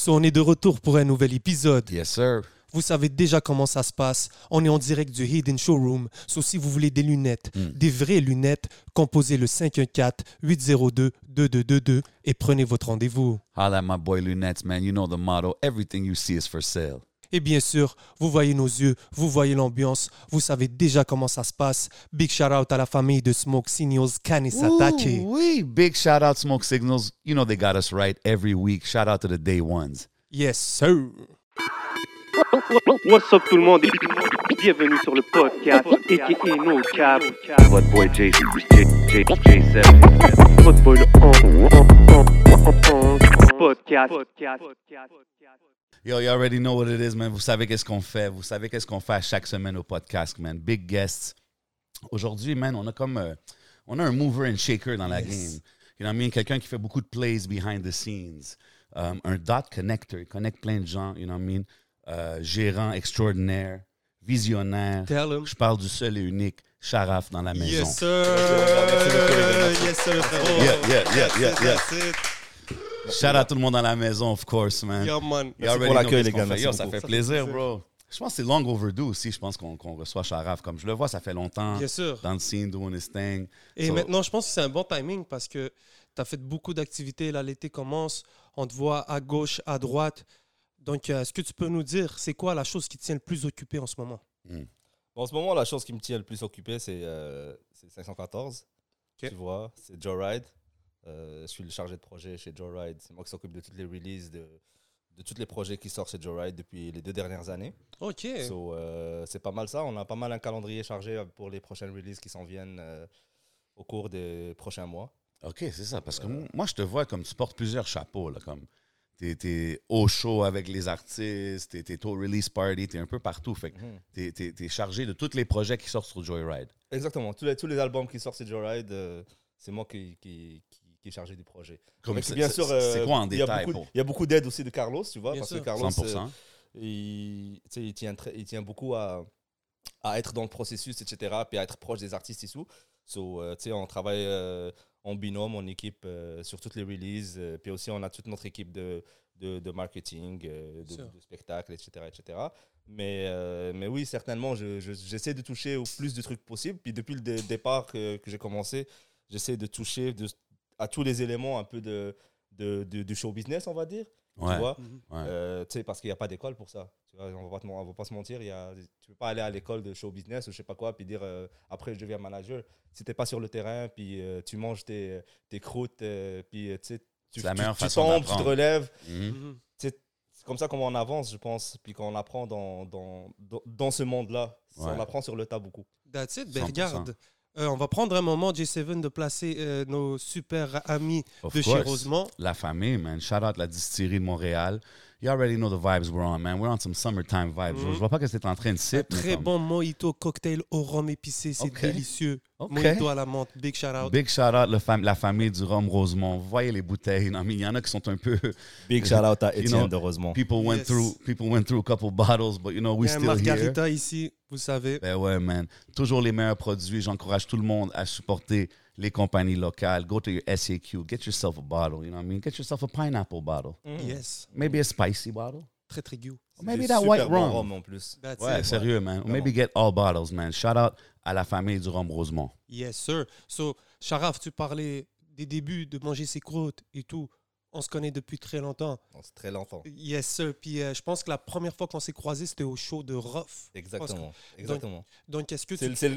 So, on est de retour pour un nouvel épisode. Yes, sir. Vous savez déjà comment ça se passe. On est en direct du Hidden Showroom. So, si vous voulez des lunettes, des vraies lunettes, composez le 514-802-2222 et prenez votre rendez-vous. Holla at my boy Lunettes, man. You know the motto. Everything you see is for sale. Et bien sûr, vous voyez nos yeux, vous voyez l'ambiance, vous savez déjà comment ça se passe. Big shout out à la famille de Smoke Signals, Kanisatake. Oui, big shout out Smoke Signals. You know they got us right every week. Shout out to the day ones. Yes, sir. What's up tout le monde et bienvenue sur le podcast a.k.a. No Cap. Votre boy J7. Votre boy le podcast. Yo, you already know what it is, man. Vous savez qu'est-ce qu'on fait. Vous savez qu'est-ce qu'on fait chaque semaine au podcast, man. Big guests. Aujourd'hui, man, on a on a un mover and shaker dans la game. You know what I mean? Quelqu'un qui fait beaucoup de plays behind the scenes. Un dot connector. Il connecte plein de gens, you know what I mean? Gérant extraordinaire, visionnaire. Tell him. Je parle du seul et unique Sharaf dans la maison. Yes, sir. Yes, sir, frérot. Yeah. Shout out tout le monde dans la maison, of course, man. Yo, man. You Merci already pour l'accueil, know les gars. qu'est-ce qu'on fait. Merci Yo, ça beaucoup. fait plaisir, bro. Je pense que c'est long overdue aussi. Je pense qu'on reçoit Sharaf. Comme je le vois, ça fait longtemps. Bien sûr. Dans le scene, doing his thing. Et So, maintenant, je pense que c'est un bon timing parce que tu as fait beaucoup d'activités. Là, l'été commence. On te voit à gauche, à droite. Donc, est-ce que tu peux nous dire, c'est quoi la chose qui te tient le plus occupé en ce moment? Bon, en ce moment, la chose qui me tient le plus occupé, c'est 514. Ok. Tu vois, c'est Joyride. Je suis le chargé de projet chez Joyride. C'est moi qui s'occupe de toutes les releases, de tous les projets qui sortent chez Joyride depuis les 2 dernières années. OK. So, c'est pas mal ça. On a pas mal un calendrier chargé pour les prochaines releases qui s'en viennent au cours des prochains mois. OK, c'est ça. Parce que moi, je te vois comme tu portes plusieurs chapeaux. Là, comme t'es au show avec les artistes, t'es au release party, t'es un peu partout. Fait que t'es chargé de tous les projets qui sortent sur Joyride. Exactement. Tous les albums qui sortent chez Joyride, c'est moi qui est chargé du projet. Comme Mais c'est- bien sûr, c'est quoi en il y a détail beaucoup- pour Il y a beaucoup d'aide aussi de Carlos, tu vois, Bien parce sûr. que Carlos, 100%? il tient beaucoup à être dans le processus, etc., puis à être proche des artistes et tout. So, on travaille en binôme, en équipe sur toutes les releases, puis aussi on a toute notre équipe de marketing, de spectacles, etc. Mais oui, certainement, j'essaie de toucher au plus de trucs possible. Puis depuis le départ que j'ai commencé, j'essaie de toucher à tous les éléments un peu du show business, on va dire. Ouais. Tu vois? Ouais. Parce qu'il n'y a pas d'école pour ça. Tu vois, on va pas se mentir. Tu ne peux pas aller à l'école de show business ou je sais pas quoi, puis dire après je deviens manager. Si tu n'es pas sur le terrain, puis tu manges tes croûtes, puis tu C'est la meilleure tu façon tombes, tu te d'apprendre. relèves. Mhm. C'est comme ça qu'on avance, je pense, puis qu'on apprend dans ce monde-là. Ouais. On apprend sur le tas beaucoup. That's it. Ben, 100%. regarde, on va prendre un moment, J7, de placer nos super amis Of de chez course. Rosemont. La famille, man. Shout out la distillerie de Montréal. You already know the vibes we're on, man. We're on some summertime vibes. Je vois pas que c'est en train de Un sip. mais très comme- bon mojito cocktail au rhum épicé. C'est Ok. délicieux. Ok. Mojito à la menthe. Big shout out. Big shout out la famille du rhum Rosemont. Vous voyez les bouteilles. Non, mais il y en a qui sont un peu. Big shout out à You know, heureusement. People went Yes. through a couple bottles, but you know, Il we y a un still here. margarita ici, vous savez. Ben ouais, man. Toujours les meilleurs produits. J'encourage tout le monde à supporter les compagnies locales. Go to your SAQ. Get yourself a bottle. You know what I mean? Get yourself a pineapple bottle. Yes. Maybe a spicy bottle. Très, très good. Or maybe that white rum. en plus. That's Ouais, it. sérieux, man. Or maybe get all bottles, man. Shout out à la famille du rhum Rosemont. Yes, sir. So, Sharaf, tu parlais des débuts de manger ses croûtes et tout. On se connaît depuis très longtemps. C'est très longtemps. Yes, sir. Puis je pense que la première fois qu'on s'est croisés, c'était au show de Ruff. Exactement. Exactement. Donc, est-ce que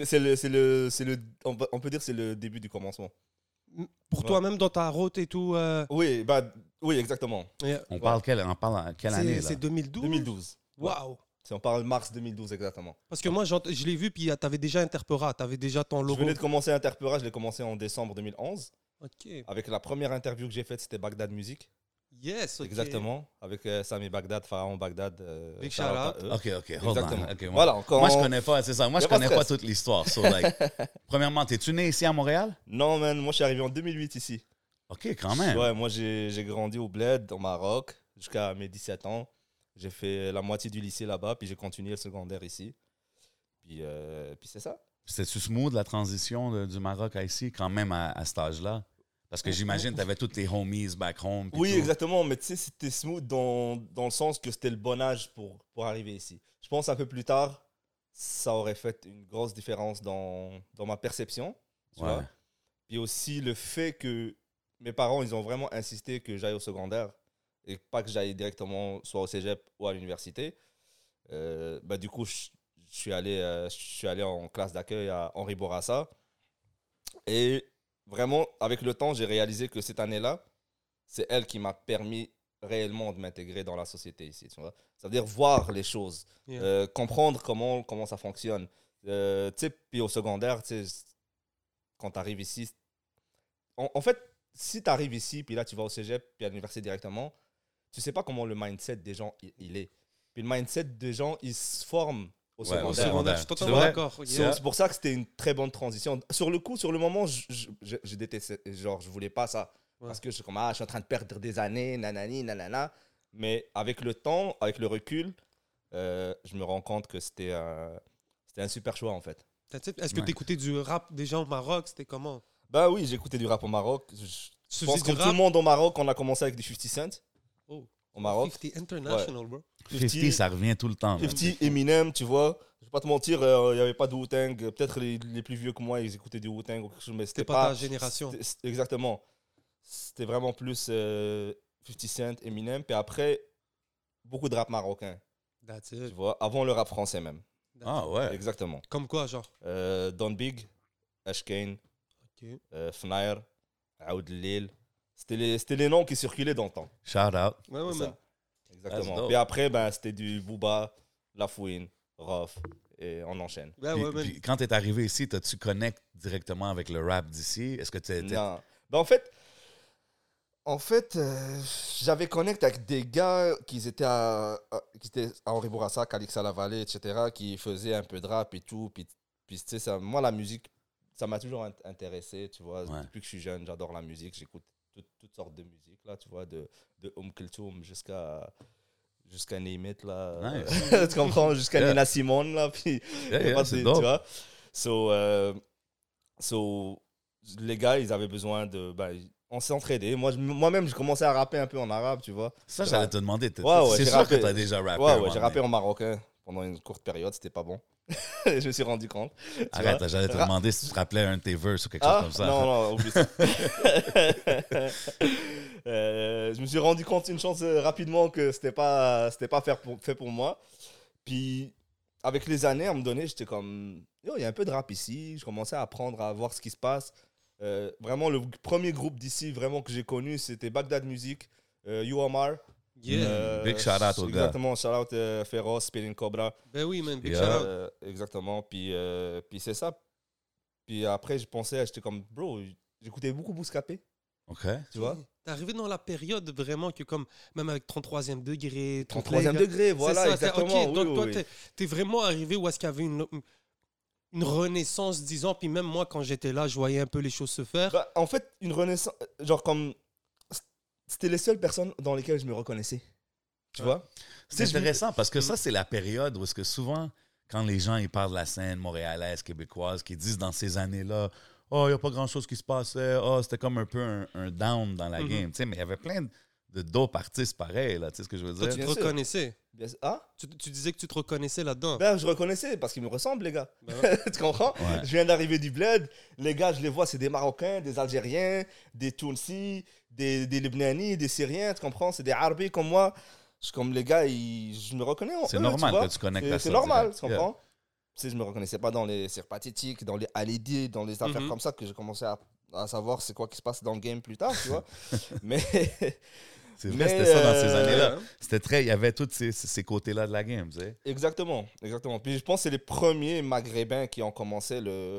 On peut dire que c'est le début du commencement. pour toi-même, dans ta route et tout, Oui, exactement. On parle quelle année, là? c'est 2012? 2012. Wow. Si on parle mars 2012 exactement. Parce que moi, je l'ai vu, puis tu avais déjà Interpera, tu avais déjà ton Je logo. venais de commencer Interpera, je l'ai commencé en décembre 2011. OK. Avec la première interview que j'ai faite, c'était Bagdad Music. Yes, OK. Exactement. Avec Sami Bagdad, Pharaon Bagdad. Big shout out à shout-out. eux. OK, hold Exactement. on. OK, Voilà, moi, je connais pas, c'est ça. Moi, Y je a pas de connais pas stress. toute l'histoire. So, like, premièrement, t'es-tu né ici à Montréal? Non, man, moi je suis arrivé en 2008 ici. OK, quand même. Ouais, moi j'ai grandi au Bled, au Maroc, jusqu'à mes 17 ans. J'ai fait la moitié du lycée là-bas, puis j'ai continué le secondaire ici. Puis c'est ça. C'était-tu smooth, la transition du Maroc à ici, quand même, à cet âge-là? Parce que j'imagine que tu avais tous tes homies back home. puis Oui, tout. exactement. Mais tu sais, c'était smooth dans le sens que c'était le bon âge pour arriver ici. Je pense un peu plus tard, ça aurait fait une grosse différence dans ma perception. Tu Ouais. vois? Puis aussi le fait que mes parents, ils ont vraiment insisté que j'aille au secondaire et pas que j'aille directement soit au cégep ou à l'université. Du coup, je suis allé en classe d'accueil à Henri Bourassa. Et vraiment, avec le temps, j'ai réalisé que cette année-là, c'est elle qui m'a permis réellement de m'intégrer dans la société ici. Tu vois? Ça veut dire voir les choses, Yeah. comprendre comment ça fonctionne. Tu sais, puis au secondaire, tu sais, quand tu arrives ici, en fait, si tu arrives ici, puis là, tu vas au cégep, puis à l'université directement, tu sais pas comment le mindset des gens il est. Puis le mindset des gens, il se forme au Ouais, secondaire. au secondaire. Je suis C'est totalement vrai? d'accord. So, c'est pour ça que c'était une très bonne transition. Sur le moment, je détestais, genre, je voulais pas ça. Ouais. Parce que je suis comme, je suis en train de perdre des années, nanani, nanana. Mais avec le temps, avec le recul, je me rends compte que c'était un super choix, en fait. Est-ce que Ouais. tu écoutais du rap déjà au Maroc? C'était comment? Bah oui, j'écoutais du rap au Maroc. Tu Je pense faisais que du tout le rap? monde au Maroc, on a commencé avec du 50 Cent Oh. au Maroc. 50 International, bro. 50, ça revient tout le temps. man. 50, Eminem, tu vois. Je vais pas te mentir, il n'y avait pas de Wu-Tang. Peut-être les plus vieux que moi, ils écoutaient du Wu-Tang ou quelque chose, mais C'était c'était pas pas ta génération. Exactement. C'était vraiment plus 50 Cent, Eminem. Puis après, beaucoup de rap marocain, That's tu it. vois. Avant le rap français même. That's Ah it. ouais. Exactement. Comme quoi, genre? Don Big, Ashkane, Ok. Fnair, Aoud Lil. C'était les noms qui circulaient dans le temps. Shout out. Ouais, ouais, C'est man. ça. Exactement. dope. Puis après, ben, c'était du Booba, Lafouine, Rof, et on enchaîne. Ouais, Puis- ouais, man. puis quand tu es arrivé ici, tu connectes directement avec le rap d'ici? Est-ce que tu Non. Ben, en fait, j'avais connecté avec des gars qui étaient à Henri Bourassa, Calix à la Vallée, etc., qui faisaient un peu de rap et tout. Puis tu sais, moi, la musique, ça m'a toujours intéressé, tu vois. Ouais. Depuis que je suis jeune, j'adore la musique. J'écoute toutes sortes de musique, là, tu vois, de Kulthum jusqu'à Name It, là. Nice. Tu comprends? Jusqu'à Yeah. Nina Simone, là. Puis, Yeah, y a yeah, pas de- c'est tu dope. vois. So, les gars, ils avaient besoin de... on s'est entraidés. Moi-même, je commençais à rapper un peu en arabe, tu vois. Ça, j'allais te demander. Ouais, c'est j'ai sûr rappé. que tu as déjà rappé. Ouais, un ouais, moment j'ai rappé donné. en marocain pendant une courte période, c'était pas bon. Je me suis rendu compte. tu Arrête, vois. j'allais te demander si tu te rappelais un de tes verses ou quelque Ah, chose comme ça. non, oublie ça. Je me suis rendu compte une chance rapidement que c'était pas fait pour moi. Puis, avec les années, à un moment donné, j'étais comme, yo, il y a un peu de rap ici. Je commençais à apprendre à voir ce qui se passe. Vraiment, le premier groupe d'ici vraiment que j'ai connu, c'était Bagdad Music, UMR. Yeah. Big shout out aux gars. Exactement, shout out Féroce, Spinning Cobra. Ben oui, man. Big Yeah. shout out. Exactement. Puis c'est ça. Puis après, je pensais, j'étais comme, bro, j'écoutais beaucoup Bouscapé, OK. tu vois. T'es arrivé dans la période vraiment que, comme, même avec 33e degré, 33e degré, voilà, c'est ça, exactement. ok, donc oui, toi, oui, oui. t'es vraiment arrivé où est-ce qu'il y avait une renaissance, disons. Puis même moi, quand j'étais là, je voyais un peu les choses se faire. Bah, en fait, une renaissance, genre comme, c'était les seules personnes dans lesquelles je me reconnaissais. Tu Ouais. vois. C'est Tu sais, intéressant parce que ça, c'est la période où est-ce que souvent, quand les gens ils parlent de la scène montréalaise, québécoise, qui disent dans ces années-là, oh, il n'y a pas grand-chose qui se passait, oh, c'était comme un peu un down dans la Mhm. game. Tu sais, mais il y avait plein de dope artistes pareils, là, tu sais ce que je veux Toi, dire? tu te Bien sûr. reconnaissais. Ah, Tu disais que tu te reconnaissais là-dedans. ben, je reconnaissais parce qu'ils me ressemblent, les gars. Ben ouais. Tu comprends? Ouais. Je viens d'arriver du bled. Les gars, je les vois, c'est des Marocains, des Algériens, des Tounsis, des Libnani, des Syriens, tu comprends? C'est des Arabes comme moi. Je suis comme les gars, je me reconnais en C'est eux, normal tu vois. que tu connectes à C'est ça. normal, direct. tu comprends? Tu sais, je me reconnaissais pas dans les Sir Pathétiques, dans les Halidi, dans les affaires Mhm. comme ça que j'ai commencé à savoir c'est quoi qui se passe dans le game plus tard, tu vois. Mais C'est vrai, Mais, c'était ça dans ces années-là. Ouais. C'était très, il y avait tous ces côtés-là de la game, tu sais. exactement, exactement. Puis je pense que c'est les premiers Maghrébins qui ont commencé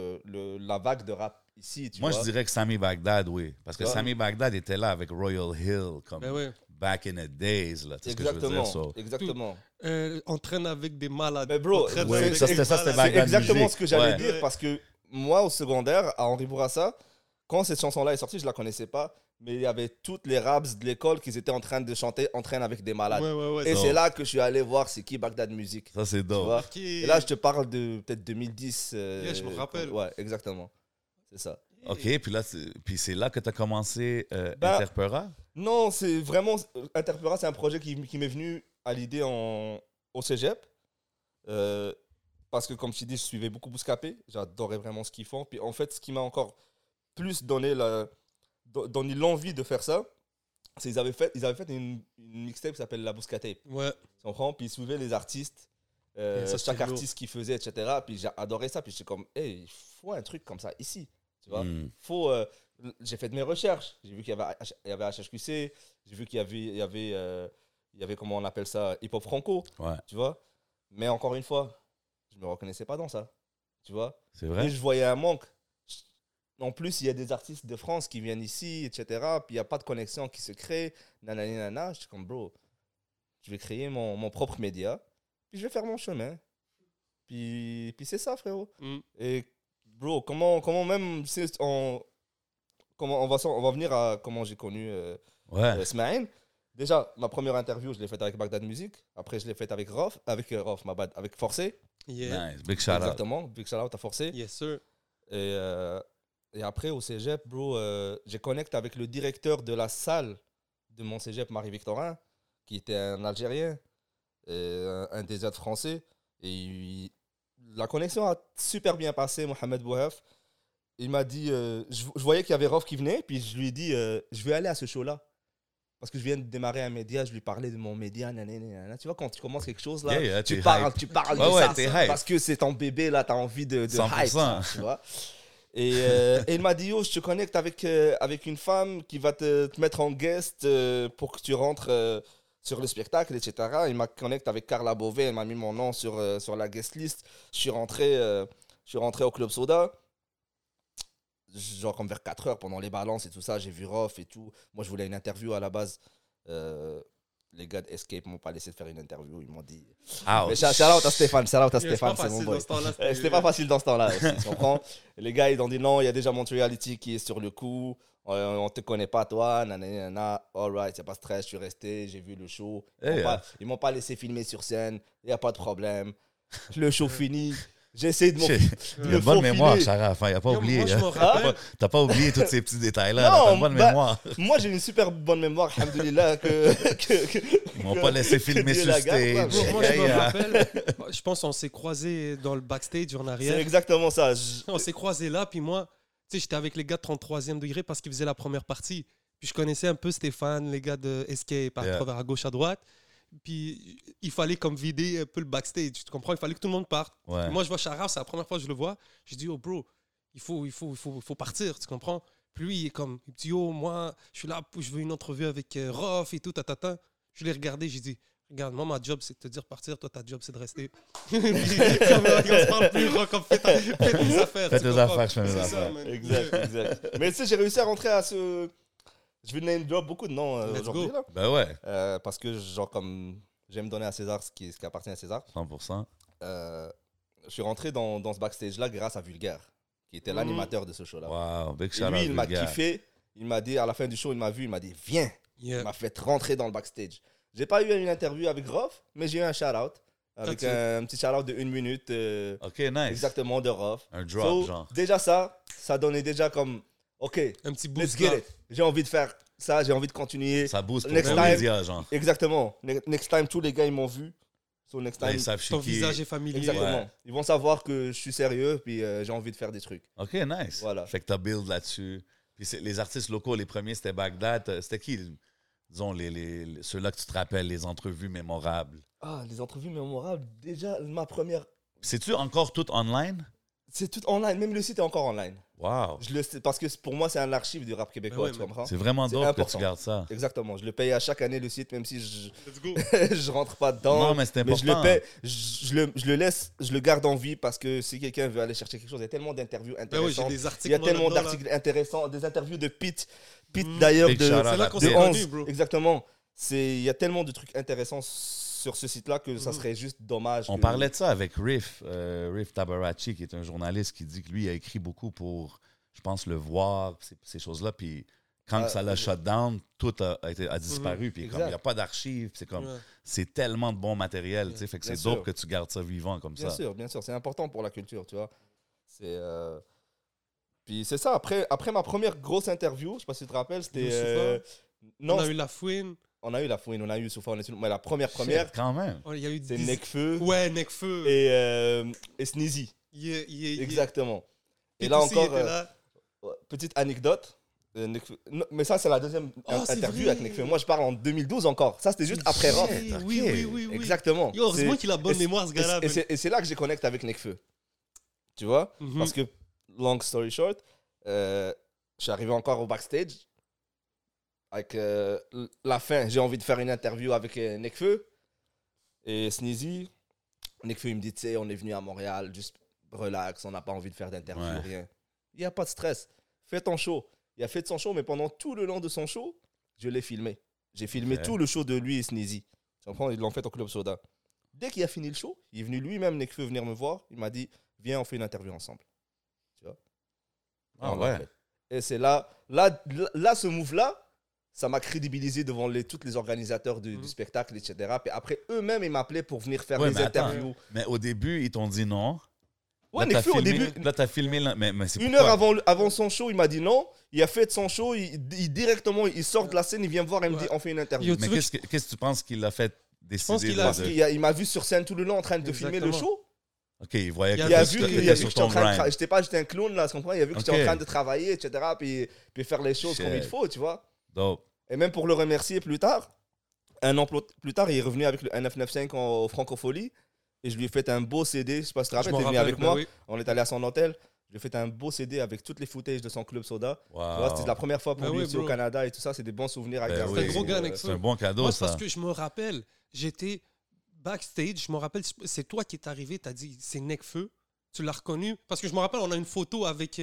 la vague de rap ici, tu Moi, vois. je dirais que Sami Baghdad, oui. Parce que Ouais. Sami Baghdad était là avec Royal Hill, comme Ben ouais. back in the days, là. Tu sais ce que je veux Exactement, dire? So, exactement. On traîne avec des malades. Mais bro, On traîne ouais, avec ça, des c'était malades. C'est Bagdad exactement Music. ce que j'allais Ouais. dire parce que moi, au secondaire, à Henri Bourassa, quand cette chanson-là est sortie, je la connaissais pas, mais il y avait toutes les raps de l'école qui étaient en train de chanter Entraîne avec des malades. Ouais, ouais, ouais. Et ça. c'est là que je suis allé voir c'est qui Bagdad Music. ça, c'est Tu dope. vois? Ok. Et là, je te parle de peut-être 2010. Yeah, je me rappelle. Ouais, exactement. C'est ça. OK, puis là, c'est là que tu as commencé Bah, Interpera? Non, c'est vraiment. Interpera, c'est un projet qui m'est venu à l'idée au cégep. Parce que, comme je t'ai dit, je suivais beaucoup Bouscapé. J'adorais vraiment ce qu'ils font. Puis, en fait, ce qui m'a encore plus donné l'envie de faire ça, c'est qu'ils avaient fait une mixtape qui s'appelle La Bouscatape. Ouais. Tu comprends? Puis, ils suivaient les artistes, ça, chaque c'était lourd. artiste qui faisait, etc. Puis, j'ai adoré ça. Puis, j'étais comme, hey, il faut un truc comme ça ici. Tu vois? J'ai fait de mes recherches. J'ai vu qu'il y avait HHQC. J'ai vu qu'il y avait, comment on appelle ça, hip-hop franco. Ouais. Tu vois? Mais encore une fois, je me reconnaissais pas dans ça. Tu vois? C'est vrai? Et je voyais un manque. En plus, il y a des artistes de France qui viennent ici, etc. Puis il n'y a pas de connexion qui se crée. Nanani, nanana. Je suis comme, bro, je vais créer mon propre média. Puis je vais faire mon chemin. Puis c'est ça, frérot. Et bro, comment même comment on va venir à comment j'ai connu Smaïn. Déjà, ma première interview, je l'ai faite avec Bagdad Music. Après, je l'ai faite avec avec Forcé. Yeah. Nice, big shout out. Exactement, big shout out à Forcé. Yes, sir. Et après, au cégep, bro, j'ai connecté avec le directeur de la salle de mon cégep, Marie-Victorin, qui était un Algérien, un des autres français. Et la connexion a super bien passé, Mohamed Bouhaf. Il m'a dit, je voyais qu'il y avait Rof qui venait, puis je lui ai dit, je vais aller à ce show-là. Parce que je viens de démarrer un média, je lui parlais de mon média, nanana. Tu vois, quand tu commences quelque chose, là, tu parles de ça, parce que c'est ton bébé, là, tu as envie de hype, ça, tu vois. Et il m'a dit, je te connecte avec une femme qui va te mettre en guest pour que tu rentres sur le spectacle, etc. Il m'a connecté avec Carla Beauvais, elle m'a mis mon nom sur la guest list. Je suis rentré au Club Soda. Genre comme vers 4 heures pendant les balances et tout ça, j'ai vu Rof et tout. Moi, je voulais une interview à la base. Les gars d'Escape m'ont pas laissé faire une interview. Ils m'ont dit. Mais shout out à Stéphane, c'est mon boy. C'était pas facile dans ce temps-là aussi, tu comprends? Les gars, ils ont dit non, il y a déjà Montreality qui est sur le coup. On te connaît pas, toi. Nanana. All right, c'est pas de stress, je suis resté, j'ai vu le show. Ils m'ont pas laissé filmer sur scène. Il n'y a pas de problème. Le show fini. J'essaie de Il a une bonne mémoire, Sharaf. Il n'a pas oublié. T'as pas oublié tous ces petits détails-là. T'as une bonne mémoire. Moi, j'ai une super bonne mémoire, alhamdoulilah. Ils m'ont pas laissé filmer sur le stage. Moi, je me rappelle, je pense qu'on s'est croisés dans le backstage en arrière. C'est exactement ça. On s'est croisés là, puis moi, tu sais, j'étais avec les gars de 33e degré parce qu'ils faisaient la première partie. Puis je connaissais un peu Stéphane, les gars de Escape, à gauche, à droite. Puis il fallait comme vider un peu le backstage, tu comprends? Il fallait que tout le monde parte. Moi, je vois Sharaf, c'est la première fois que je le vois. Je dis, oh bro, il faut partir, tu comprends? Puis lui, il est comme, il me dit, oh, moi, je suis là, je veux une entrevue avec Rof et tout, tatata. Je l'ai regardé, j'ai dit, regarde, moi, ma job, c'est de te dire partir, toi, ta job, c'est de rester. Puis, on se parle plus, Rof, comme fais tes affaires. Fais tes affaires, je fais mes affaires. Exact. Mais tu sais, j'ai réussi à rentrer à ce. Je vais name drop beaucoup de noms aujourd'hui. Là. Ben ouais. Parce que, genre, comme j'aime donner à César ce qui appartient à César. 100%. Je suis rentré dans ce backstage-là grâce à Vulgaire, qui était l'animateur de ce show-là. Wow, big shout out. Et lui, il m'a Vulgaire. Kiffé. Il m'a dit, à la fin du show, il m'a vu, il m'a dit, viens. Yeah. Il m'a fait rentrer dans le backstage. J'ai pas eu une interview avec Rof, mais j'ai eu un shout-out. Avec un petit shout-out de 1 minute. Ok, nice. Exactement, de Rof. Un drop, genre. Déjà ça donnait déjà comme, ok, un petit boost. Let's get it. J'ai envie de faire ça, j'ai envie de continuer. Ça booste pour next le time, média, genre. Exactement. Next time, tous les gars, ils m'ont vu. So next time, Ils savent ton visage est familier. Exactement. Ouais. Ils vont savoir que je suis sérieux, puis j'ai envie de faire des trucs. Ok, nice. Voilà. Fait que t'as build là-dessus. Puis les artistes locaux, les premiers, c'était Bagdad. C'était qui, disons, ceux-là que tu te rappelles, les entrevues mémorables? Ah, les entrevues mémorables. Déjà, ma première... C'est-tu encore tout online? C'est tout online. Même le site est encore online. Wow. Parce que pour moi, c'est un archive du rap québécois, tu comprends? C'est vraiment dope que tu gardes ça. Exactement. Je le paye à chaque année, le site, même si je rentre pas dedans. Non, mais c'est important. Mais je le paye, je le laisse, je le garde en vie parce que si quelqu'un veut aller chercher quelque chose, il y a tellement d'interviews intéressantes. Il y a tellement d'articles intéressants, des interviews de Pete d'ailleurs. C'est là qu'on s'est connus, bro. Exactement. Il y a tellement de trucs intéressants sur ce site-là que ça serait juste dommage. On parlait de ça avec Riff Tabaracci, qui est un journaliste qui dit que lui, il a écrit beaucoup pour, je pense, Le Voir, ces choses-là. Puis quand ça l'a shut down, tout a disparu. Puis comme il n'y a pas d'archives, c'est tellement de bon matériel. Fait que c'est dope que tu gardes ça vivant comme ça. Bien sûr. C'est important pour la culture, tu vois. Puis c'est ça, après ma première grosse interview, je sais pas si tu te rappelles, c'était... On a eu La Fouine. On a eu La Fouine, on a eu Youssoufa, mais la première, quand même. Oh, il y a eu c'est Nekfeu. Ouais, Nekfeu. Et Sneezy. Exactement. Et là encore, petite anecdote. Mais ça, c'est la deuxième interview avec Nekfeu. Moi, je parle en 2012 encore. Ça, c'était juste après Rof. Oui. Exactement. Yo, heureusement qu'il a bonne mémoire, ce gars-là. Et c'est là que j'ai connecté avec Nekfeu. Tu vois? Parce que, long story short, je suis arrivé encore au backstage. Avec la fin, j'ai envie de faire une interview avec Nekfeu. Et Sneezy, Nekfeu, il me dit, tu sais, on est venu à Montréal, juste relax, on n'a pas envie de faire d'interview, rien. Il n'y a pas de stress. Fais ton show. Il a fait son show, mais pendant tout le long de son show, je l'ai filmé. J'ai filmé tout le show de lui et Sneezy. Tu comprends? Ils l'ont fait au Club Soda. Dès qu'il a fini le show, il est venu lui-même, Nekfeu, venir me voir. Il m'a dit, viens, on fait une interview ensemble. Tu vois? Ah ouais. Et c'est là, ce move-là, ça m'a crédibilisé devant tous les organisateurs du spectacle, etc. Puis après, eux-mêmes, ils m'appelaient pour venir faire des interviews. Mais au début, ils t'ont dit non. Ouais, Nekfeu, au début. Là, t'as filmé. Mais c'est une heure avant son show, il m'a dit non. Il a fait son show. Directement, il sort de la scène, il vient me voir et me dit on fait une interview. Mais qu'est-ce que tu penses qu'il a fait décider il m'a vu sur scène tout le long en train de filmer le show. Ok, il voyait que il a vu que j'étais en train de j'étais un clown, là, tu comprends? Il a vu que j'étais en train de travailler, etc. Puis faire les choses comme il faut, tu vois. Et même pour le remercier plus tard, un an plus tard, il est revenu avec le 995 au Francophonie. Et je lui ai fait un beau CD. Je sais pas si tu te rappelles, tu es venu avec moi. Oui. On est allé à son hôtel. Je lui ai fait un beau CD avec toutes les footages de son Club Soda. Wow. C'était la première fois pour lui ici au Canada et tout ça. C'est des bons souvenirs avec C'est un gros gars, Nekfeu. C'est un bon cadeau, moi, ça. Parce que je me rappelle, j'étais backstage. Je me rappelle, c'est toi qui es arrivé. Tu as dit, c'est Nekfeu. Tu l'as reconnu. Parce que je me rappelle, on a une photo avec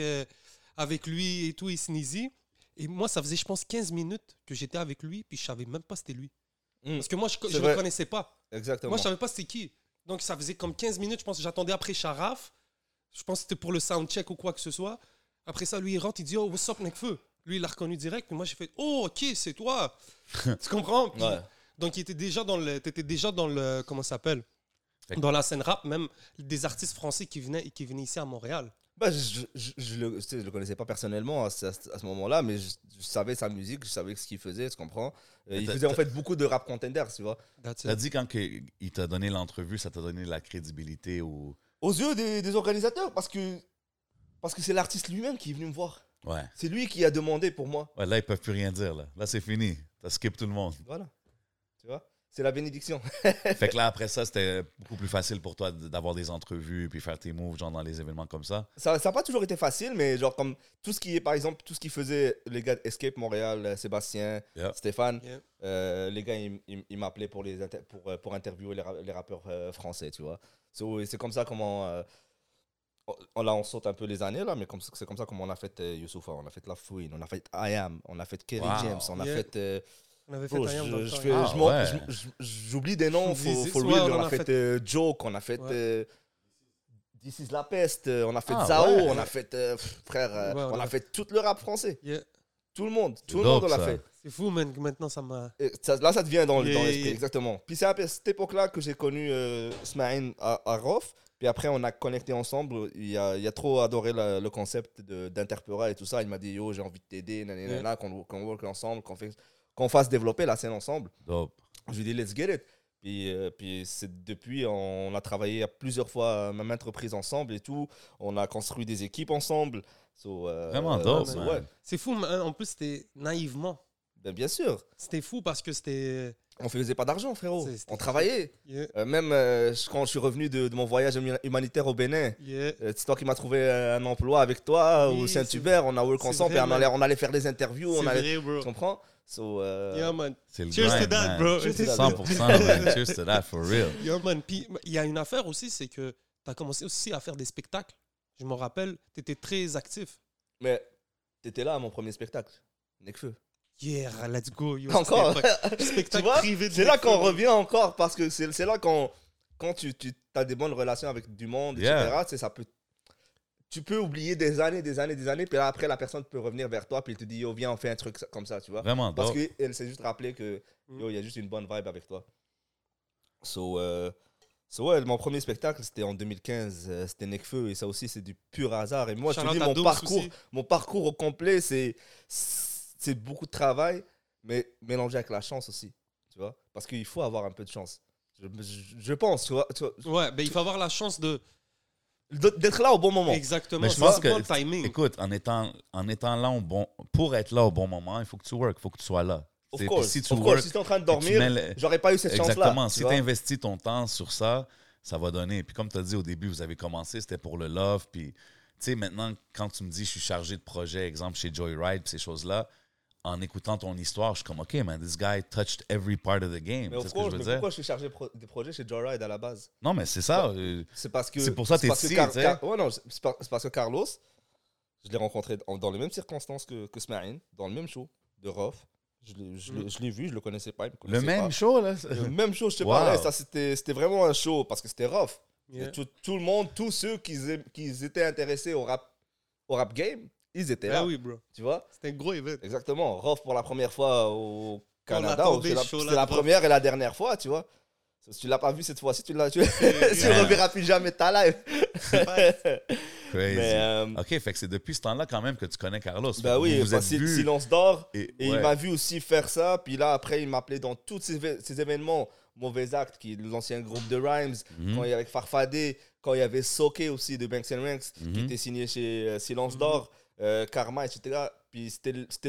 lui et tout, et Sneezy. Et moi, ça faisait, je pense, 15 minutes que j'étais avec lui. Puis je savais même pas c'était lui. Parce que moi, je ne le connaissais pas. Exactement. Moi, je savais pas c'était qui. Donc, ça faisait comme 15 minutes, je pense que j'attendais après Sharaf. Je pense que c'était pour le soundcheck ou quoi que ce soit. Après ça, lui, il rentre, il dit « Oh, what's up, Nekfeu ?» Lui, il l'a reconnu direct. Et moi, j'ai fait « Oh, OK, c'est toi. » Tu comprends? Puis, donc, t'étais déjà dans le comment ça s'appelle? Dans la scène rap, même des artistes français qui venaient ici à Montréal. Bah, je le connaissais pas personnellement à ce moment-là, mais je savais sa musique, je savais ce qu'il faisait, tu comprends? Il faisait en fait beaucoup de rap contenders, tu vois. T'as dit quand il t'a donné l'entrevue, ça t'a donné de la crédibilité aux yeux des organisateurs, parce que c'est l'artiste lui-même qui est venu me voir. Ouais. C'est lui qui a demandé pour moi. Ouais, là, ils peuvent plus rien dire. Là c'est fini. T'as skip tout le monde. Voilà. Tu vois? C'est la bénédiction. Fait que là, après ça, c'était beaucoup plus facile pour toi d'avoir des entrevues puis faire tes moves, genre dans les événements comme ça. Ça n'a pas toujours été facile, mais genre comme tout ce qui est, par exemple, tout ce qui faisait les gars d'Escape Montréal, Sébastien, Stéphane, les gars, ils m'appelaient pour interviewer les rappeurs français, tu vois. C'est comme ça comment... là, on saute un peu les années, là, mais c'est comme ça comment on a fait Youssoufa, on a fait La Fouine, on a fait I Am, on a fait Kerry James, on a fait... On avait fait I Am dans le temps. J'oublie des noms, for real. On a fait Joke, on a fait This is la peste, on a fait Zao, on a fait frère, on a fait tout le rap français. Tout le monde on l'a fait. C'est fou, maintenant ça m'a... Là, ça devient dans l'esprit, exactement. Puis c'est à cette époque-là que j'ai connu Smaïn à Rof. Puis après, on a connecté ensemble. Il a trop adoré le concept d'Interpera et tout ça. Il m'a dit, yo, j'ai envie de t'aider, qu'on work ensemble, qu'on fasse développer la scène ensemble. Dope. Je lui ai dit, let's get it. Puis depuis, on a travaillé à plusieurs fois à maintes reprises ensemble et tout. On a construit des équipes ensemble. Vraiment dope, ouais. C'est fou, en plus, c'était naïvement. Ben, bien sûr. C'était fou parce que c'était... On faisait pas d'argent, frérot. On travaillait. Même quand je suis revenu de mon voyage humanitaire au Bénin, c'est toi qui m'as trouvé un emploi avec toi au Saint-Hubert. On a work ensemble et on allait faire des interviews. Vrai, bro. Tu comprends? Man. C'est le Cheers grind, to that, man. bro. 100%, man. Cheers to that, for real. Man. Puis il y a une affaire aussi, c'est que tu as commencé aussi à faire des spectacles. Je me rappelle, tu étais très actif. Mais tu étais là à mon premier spectacle, Nekfeu. Yeah, let's go. Yo, encore spectacle privé de c'est là qu'on revient encore, parce que c'est là quand tu as des bonnes relations avec du monde, etc. Ça peut... Tu peux oublier des années, puis là, après, la personne peut revenir vers toi, puis elle te dit, yo, viens, on fait un truc comme ça, tu vois. Vraiment, parce qu'elle s'est juste rappelé que, yo, il y a juste une bonne vibe avec toi. Ouais, mon premier spectacle, c'était en 2015. C'était Nekfeu. Et ça aussi, c'est du pur hasard. Et moi, je te Shout-out dis, à mon parcours au complet, c'est beaucoup de travail, mais mélangé avec la chance aussi. Tu vois? Parce qu'il faut avoir un peu de chance. Je pense, tu vois. Ouais, ben il faut avoir la chance D'être là au bon moment. Exactement. Mais je pense C'est pas le que, timing. écoute, en étant là pour être là au bon moment, il faut que tu work, il faut que tu sois là. Of course, si tu of course. work, Si tu es en train de puis tu dormir, mets le- j'aurais pas eu cette chance-là. Exactement. tu Si vois. tu investis ton temps sur ça, ça va donner. Puis comme tu as dit au début, vous avez commencé, c'était pour le love. Puis, tu sais, maintenant, quand tu me dis je suis chargé de projet, exemple chez Joyride, puis ces choses-là, en écoutant ton histoire, je suis comme, OK, man, this guy touched every part of the game. Mais C'est ce que je veux dire. pourquoi je suis chargé des projets chez Joyride à la base? Non, mais c'est ça. C'est parce que. C'est pour ça que t'es parce ici, Car- tu sais. Car- ouais, non, c'est parce que Carlos, je l'ai rencontré dans les mêmes circonstances que Smaïn, dans le même show de Rof. Je l'ai vu, je le connaissais pas. Il me Le connaissait même pas. show, là. Le même show, je te Wow. parlais. Ça, c'était vraiment un show parce que c'était Rof. Yeah. Tout le monde, tous ceux qui étaient intéressés au rap game, ils étaient là. Ah oui, bro. Tu vois? C'était un gros event. Exactement. Rof pour la première fois au Canada. l'attendait, C'était ce show-là la de Rof. première et la dernière fois, tu vois. Si tu l'as pas vu cette fois-ci, tu le Yeah. reverras plus jamais de ta life. Crazy. Mais, OK, fait que c'est depuis ce temps-là quand même que tu connais Carlos. Fait bah que oui, vous vous êtes vus. Silence d'or. Et, Et il ouais. m'a vu aussi faire ça. Puis là, après, il m'appelait dans tous ces événements. Mauvais Acte, qui est l'ancien groupe de Rhymes. Mhm. Quand il y avait Farfadé. Quand il y avait Soke aussi de Banks Ranks, qui Mhm. était signé chez Silence d'or, Karma, etc. Puis c'était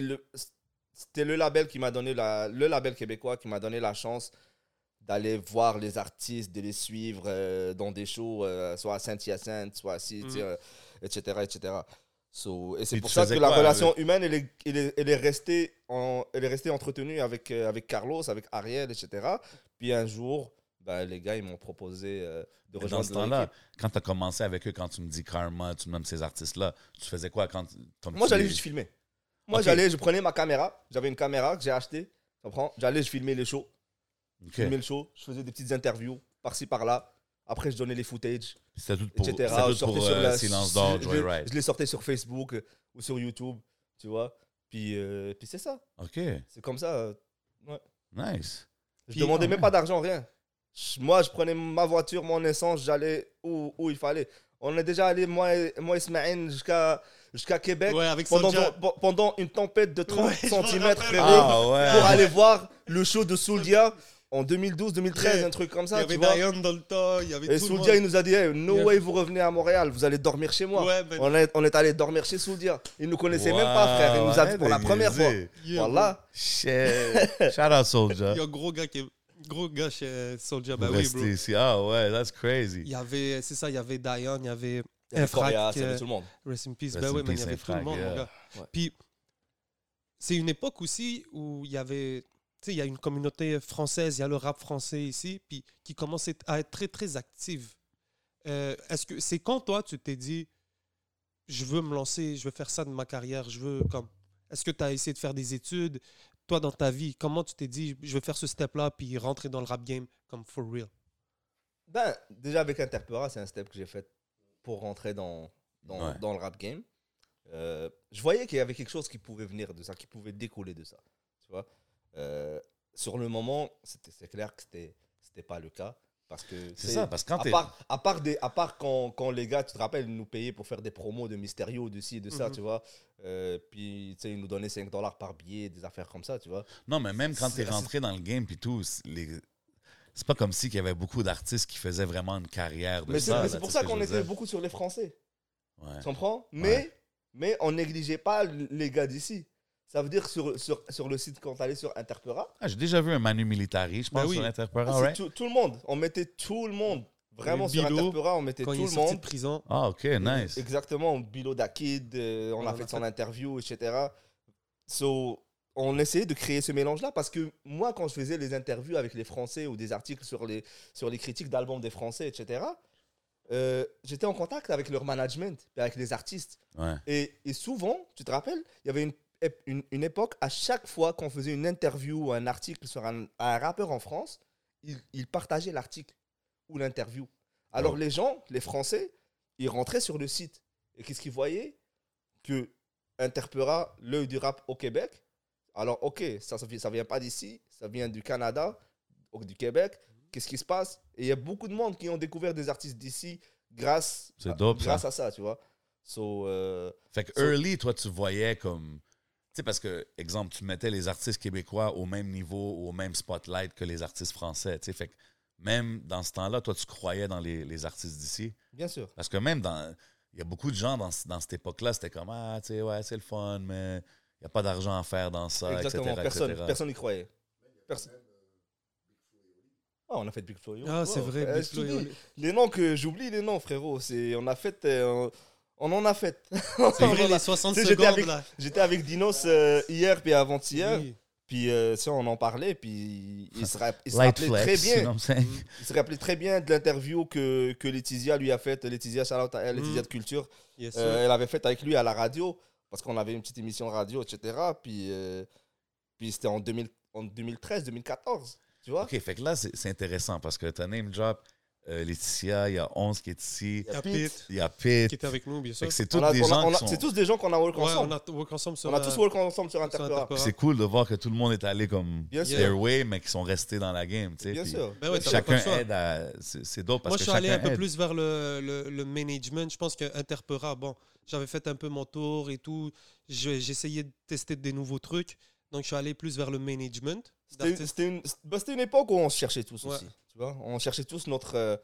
le label qui m'a donné le label québécois qui m'a donné la chance d'aller voir les artistes, de les suivre dans des shows, soit à Saint-Hyacinthe, soit à etc., etc. Et c'est Puis pour tu ça faisais que la quoi, relation humaine, elle est restée entretenue avec Carlos, avec Ariel, etc. Puis un jour, ben, les gars, ils m'ont proposé de Mais rejoindre dans ce leur temps-là, équipe. quand tu as commencé avec eux, quand tu me dis Karma, tu me nommes ces artistes-là, tu faisais quoi quand comme Moi, tu j'allais les- juste filmer. Moi, Ok. je prenais ma caméra. J'avais une caméra que j'ai achetée. Tu comprends? J'allais, je filmais les shows. OK. Je filmais le show. Je faisais des petites interviews par-ci, par-là. Après, je donnais les footage, C'était tout pour, etc. c'était Je tout sortais pour sur la- Silence d'or, je Joyride. les sortais sur Facebook ou sur YouTube, tu vois. Puis c'est ça. OK, C'est comme ça. nice. Je Puis, demandais ah même ouais. pas d'argent, rien. Moi, je prenais ma voiture, mon essence, j'allais où il fallait. On est déjà allé, moi et Smaïn, jusqu'à Québec Ouais, avec pendant, Soulja. pendant une tempête de 30 Ouais, je m'en cm, rappelle. frérot, Ah ouais. pour aller voir le show de Soulja en 2012-2013, Yeah. un truc comme Il y ça, tu avait vois. Diane dans le temps, il y avait Et tout le Soulja, il monde. nous a dit, hey, no Yeah. way, vous revenez à Montréal, vous allez dormir chez moi. Ouais, ben, On est allé dormir chez Soulja. Il nous connaissait même pas, frère. Il nous a vu pour la première fois. yeah, Voilà. Shit. Shout out Soulja. Il y a un gros gars chez Soulja. Vous Ben oui, restez bro. ici. Ah ouais, that's crazy. Il y avait, c'est ça, il y avait Diane, il y avait Il y avait Frac, Coréas, il y avait tout le monde. Rest in peace. Rest Ben in oui, mais il peace, y avait tout le Infrac, monde, yeah. mon gars. Ouais. Puis, c'est une époque aussi où il y avait, tu sais, il y a une communauté française, il y a le rap français ici, puis qui commence à être très, très active. Est-ce que c'est quand toi, tu t'es dit, je veux me lancer, je veux faire ça de ma carrière, je veux comme. Est-ce que tu as essayé de faire des études? Toi, dans ta vie, comment tu t'es dit, je veux faire ce step-là, puis rentrer dans le rap game comme for real? Ben, déjà avec Interpera, c'est un step que j'ai fait pour rentrer dans Ouais. le rap game. Je voyais qu'il y avait quelque chose qui pouvait venir de ça, qui pouvait découler de ça. Tu vois. Sur le moment, c'est clair que c'était pas le cas. Parce que C'est ça, parce que quand à part quand les gars, tu te rappelles, ils nous payaient pour faire des promos de Mysterio, de ci, de ça, Mhm. tu vois. Puis, tu sais, ils nous donnaient $5 par billet, des affaires comme ça, tu vois. Non, mais même quand tu es C'est- rentré dans le game puis tout, c'est pas comme si qu'il y avait beaucoup d'artistes qui faisaient vraiment une carrière de Mais ça. c'est là, pour tu ça sais ce qu'on que je veux était dire. beaucoup sur les Français. Ouais. Tu comprends? Ouais. Mais on négligeait pas les gars d'ici. Ça veut dire sur le site, quand tu allais sur Interpera, Ah, j'ai déjà vu un Manu Militari, je pense, Ben oui. sur Interpera, c'est right? tout le monde. On mettait tout le monde. Vraiment, sur Bilo, Interpera, on mettait Quand tout il est le sorti monde. de prison. Ah, OK, nice. Exactement. Bilo Dakid, on a fait son interview, etc. On essayait de créer ce mélange-là parce que moi, quand je faisais les interviews avec les Français ou des articles sur les critiques d'albums des Français, etc., j'étais en contact avec leur management et avec les artistes. Ouais. Et souvent, tu te rappelles, il y avait une époque, à chaque fois qu'on faisait une interview ou un article sur un rappeur en France, il partageait l'article ou l'interview. Alors Oh. les gens, les Français, ils rentraient sur le site. Et qu'est-ce qu'ils voyaient? Que Interpera, l'œil du rap au Québec. Alors, ok, ça vient pas d'ici, ça vient du Canada, ou du Québec. qu'est-ce qui se passe. Et il y a beaucoup de monde qui ont découvert des artistes d'ici grâce à ça, tu vois. Fait que early, toi, tu voyais comme... Tu sais, parce que, exemple, tu mettais les artistes québécois au même niveau, au même spotlight que les artistes français, tu sais. Fait que même dans ce temps-là, toi, tu croyais dans les artistes d'ici. Bien sûr. Parce que même il y a beaucoup de gens dans cette époque-là, c'était comme, tu sais, ouais, c'est le fun, mais il n'y a pas d'argent à faire dans ça, Exactement. etc. Personne n'y croyait. On a fait Big Flo et Oli. Ah, c'est vrai, Big Flo et Oli. Les noms que j'oublie, les noms, frérot. On a fait... on en a fait. C'est vrai, les 60 secondes, là. J'étais avec Dinos hier, puis avant-hier. Oui. Puis on en parlait, puis il se rappelait très bien. You know what I'm saying? Il se rappelait très bien de l'interview que Laetitia lui a faite. Laetitia, shout-out à elle, Laetitia de Culture. Yes, sir. Elle avait faite avec lui à la radio, parce qu'on avait une petite émission radio, etc. Puis c'était en 2013, 2014. Tu vois? OK, fait que là, c'est intéressant parce que tu as name drop Laetitia, il y a 11 qui est ici. Il y a Pete. Il y a Pete. Qui était avec nous, bien Fait sûr. que c'est tous des gens qui sont... C'est tous des gens qu'on a work Ouais, ensemble. on a work ensemble sur On a tous work ensemble sur Interpera. Puis c'est cool de voir que tout le monde est allé comme Bien sûr. their way, mais qui sont restés dans la game, tu sais. Bien Puis sûr. Ben ouais, t'as pas chacun le choix. aide à... C'est dope parce Moi, que je suis allé chacun un peu aide. plus vers le management. Je pense qu'Interpera, bon, j'avais fait un peu mon tour et tout. J'essayais de tester des nouveaux trucs. Donc, je suis allé plus vers le management. C'était une époque où on se cherchait tous Ouais. aussi. Tu vois? On cherchait tous notre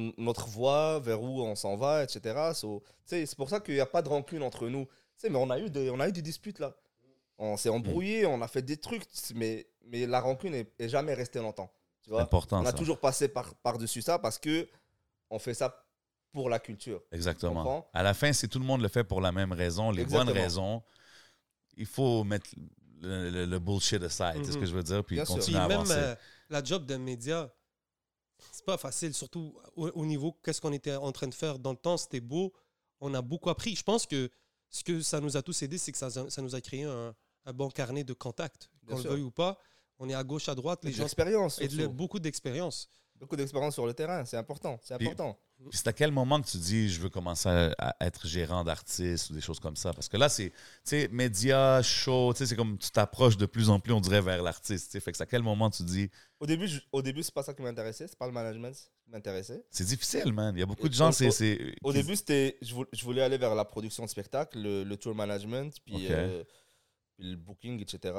voie, vers où on s'en va, etc. C'est pour ça qu'il n'y a pas de rancune entre nous. Mais on a eu des disputes là. On s'est embrouillé, on a fait des trucs, mais la rancune est jamais restée longtemps. Tu C'est vois? important, On a ça. toujours passé par-dessus ça parce que on fait ça pour la culture. Exactement. comprends? À la fin, si tout le monde le fait pour la même raison, les bonnes Exactement. raisons, il faut mettre le bullshit aside, c'est ce que je veux dire, puis Bien sûr. continuer Puis à même avancer. la job d'un média, c'est pas facile, surtout au niveau qu'est-ce qu'on était en train de faire dans le temps, c'était beau. On a beaucoup appris. Je pense que ce que ça nous a tous aidé, c'est que ça nous a créé un bon carnet de contacts. Bien Qu'on le sûr. veuille ou pas, on est à gauche, à droite, les De gens l'expérience. et surtout. beaucoup d'expérience. Beaucoup d'expérience sur le terrain, c'est important. C'est Puis- important. Puis c'est à quel moment que tu dis je veux commencer à être gérant d'artiste ou des choses comme ça? Parce que là, c'est, tu sais, médias, show, tu sais, c'est comme tu t'approches de plus en plus, on dirait, vers l'artiste. Tu sais. Fait que c'est à quel moment tu dis Au début, c'est pas ça qui m'intéressait, c'est pas le management qui m'intéressait. c'est difficile, man. Il y a beaucoup de gens, c'est. Au début, c'était, je voulais aller vers la production de spectacle, le tour management, puis, Ok. puis le booking, etc.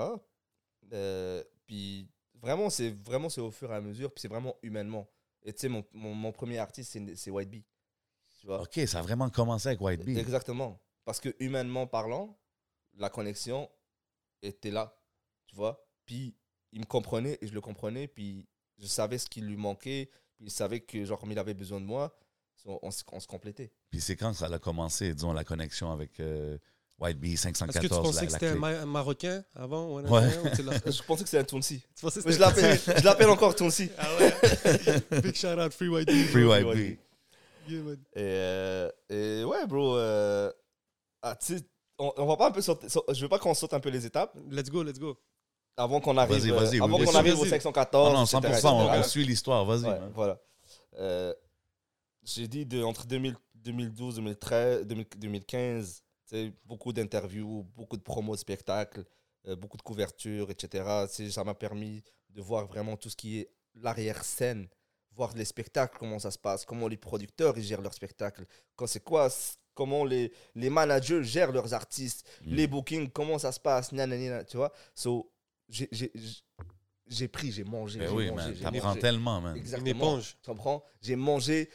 Puis vraiment, c'est au fur et à mesure, puis c'est vraiment humainement. Et tu sais, mon premier artiste, c'est White Bee. Tu vois? OK, ça a vraiment commencé avec White Bee. Exactement. Parce que humainement parlant, la connexion était là. Tu vois? Puis il me comprenait et je le comprenais, puis je savais ce qui lui manquait, puis il savait que, genre, comme il avait besoin de moi, on se complétait. Puis c'est quand ça a commencé, disons, la connexion avec White Bee, Est-ce que 514, tu pensais la que c'était clé. un Marocain avant ou un Ouais. Algérien, ou tu l'as- Je pensais que c'était un Tounsi. Tu pensais que Mais c'était- je l'appelle encore Tounsi. Ah ouais. Big shout out, Free White Bee. Free White Bee. Yeah, man. Et ouais, bro. Tu sais, on va pas un peu sauter. Je veux pas qu'on saute un peu les étapes Let's go, let's go. avant qu'on arrive, Vas-y, avant oui, qu'on bien arrive sûr. au 514. Oh non, etc., 100%, on etc. suit l'histoire, vas-y. Ouais, man. voilà. J'ai dit entre 2012, 2013, 2015, tu sais, beaucoup d'interviews, beaucoup de promos de spectacles, beaucoup de couvertures, etc. Tu sais, ça m'a permis de voir vraiment tout ce qui est l'arrière-scène, voir les spectacles, comment ça se passe, comment les producteurs ils gèrent leurs spectacles, comment les managers gèrent leurs artistes, les bookings, comment ça se passe, nanana, tu vois. So, j'ai pris, j'ai mangé. Ben j'ai oui, mangé, man. j'ai T'apprends mangé. tellement, man. Une Exactement. éponge. Tu comprends? J'ai mangé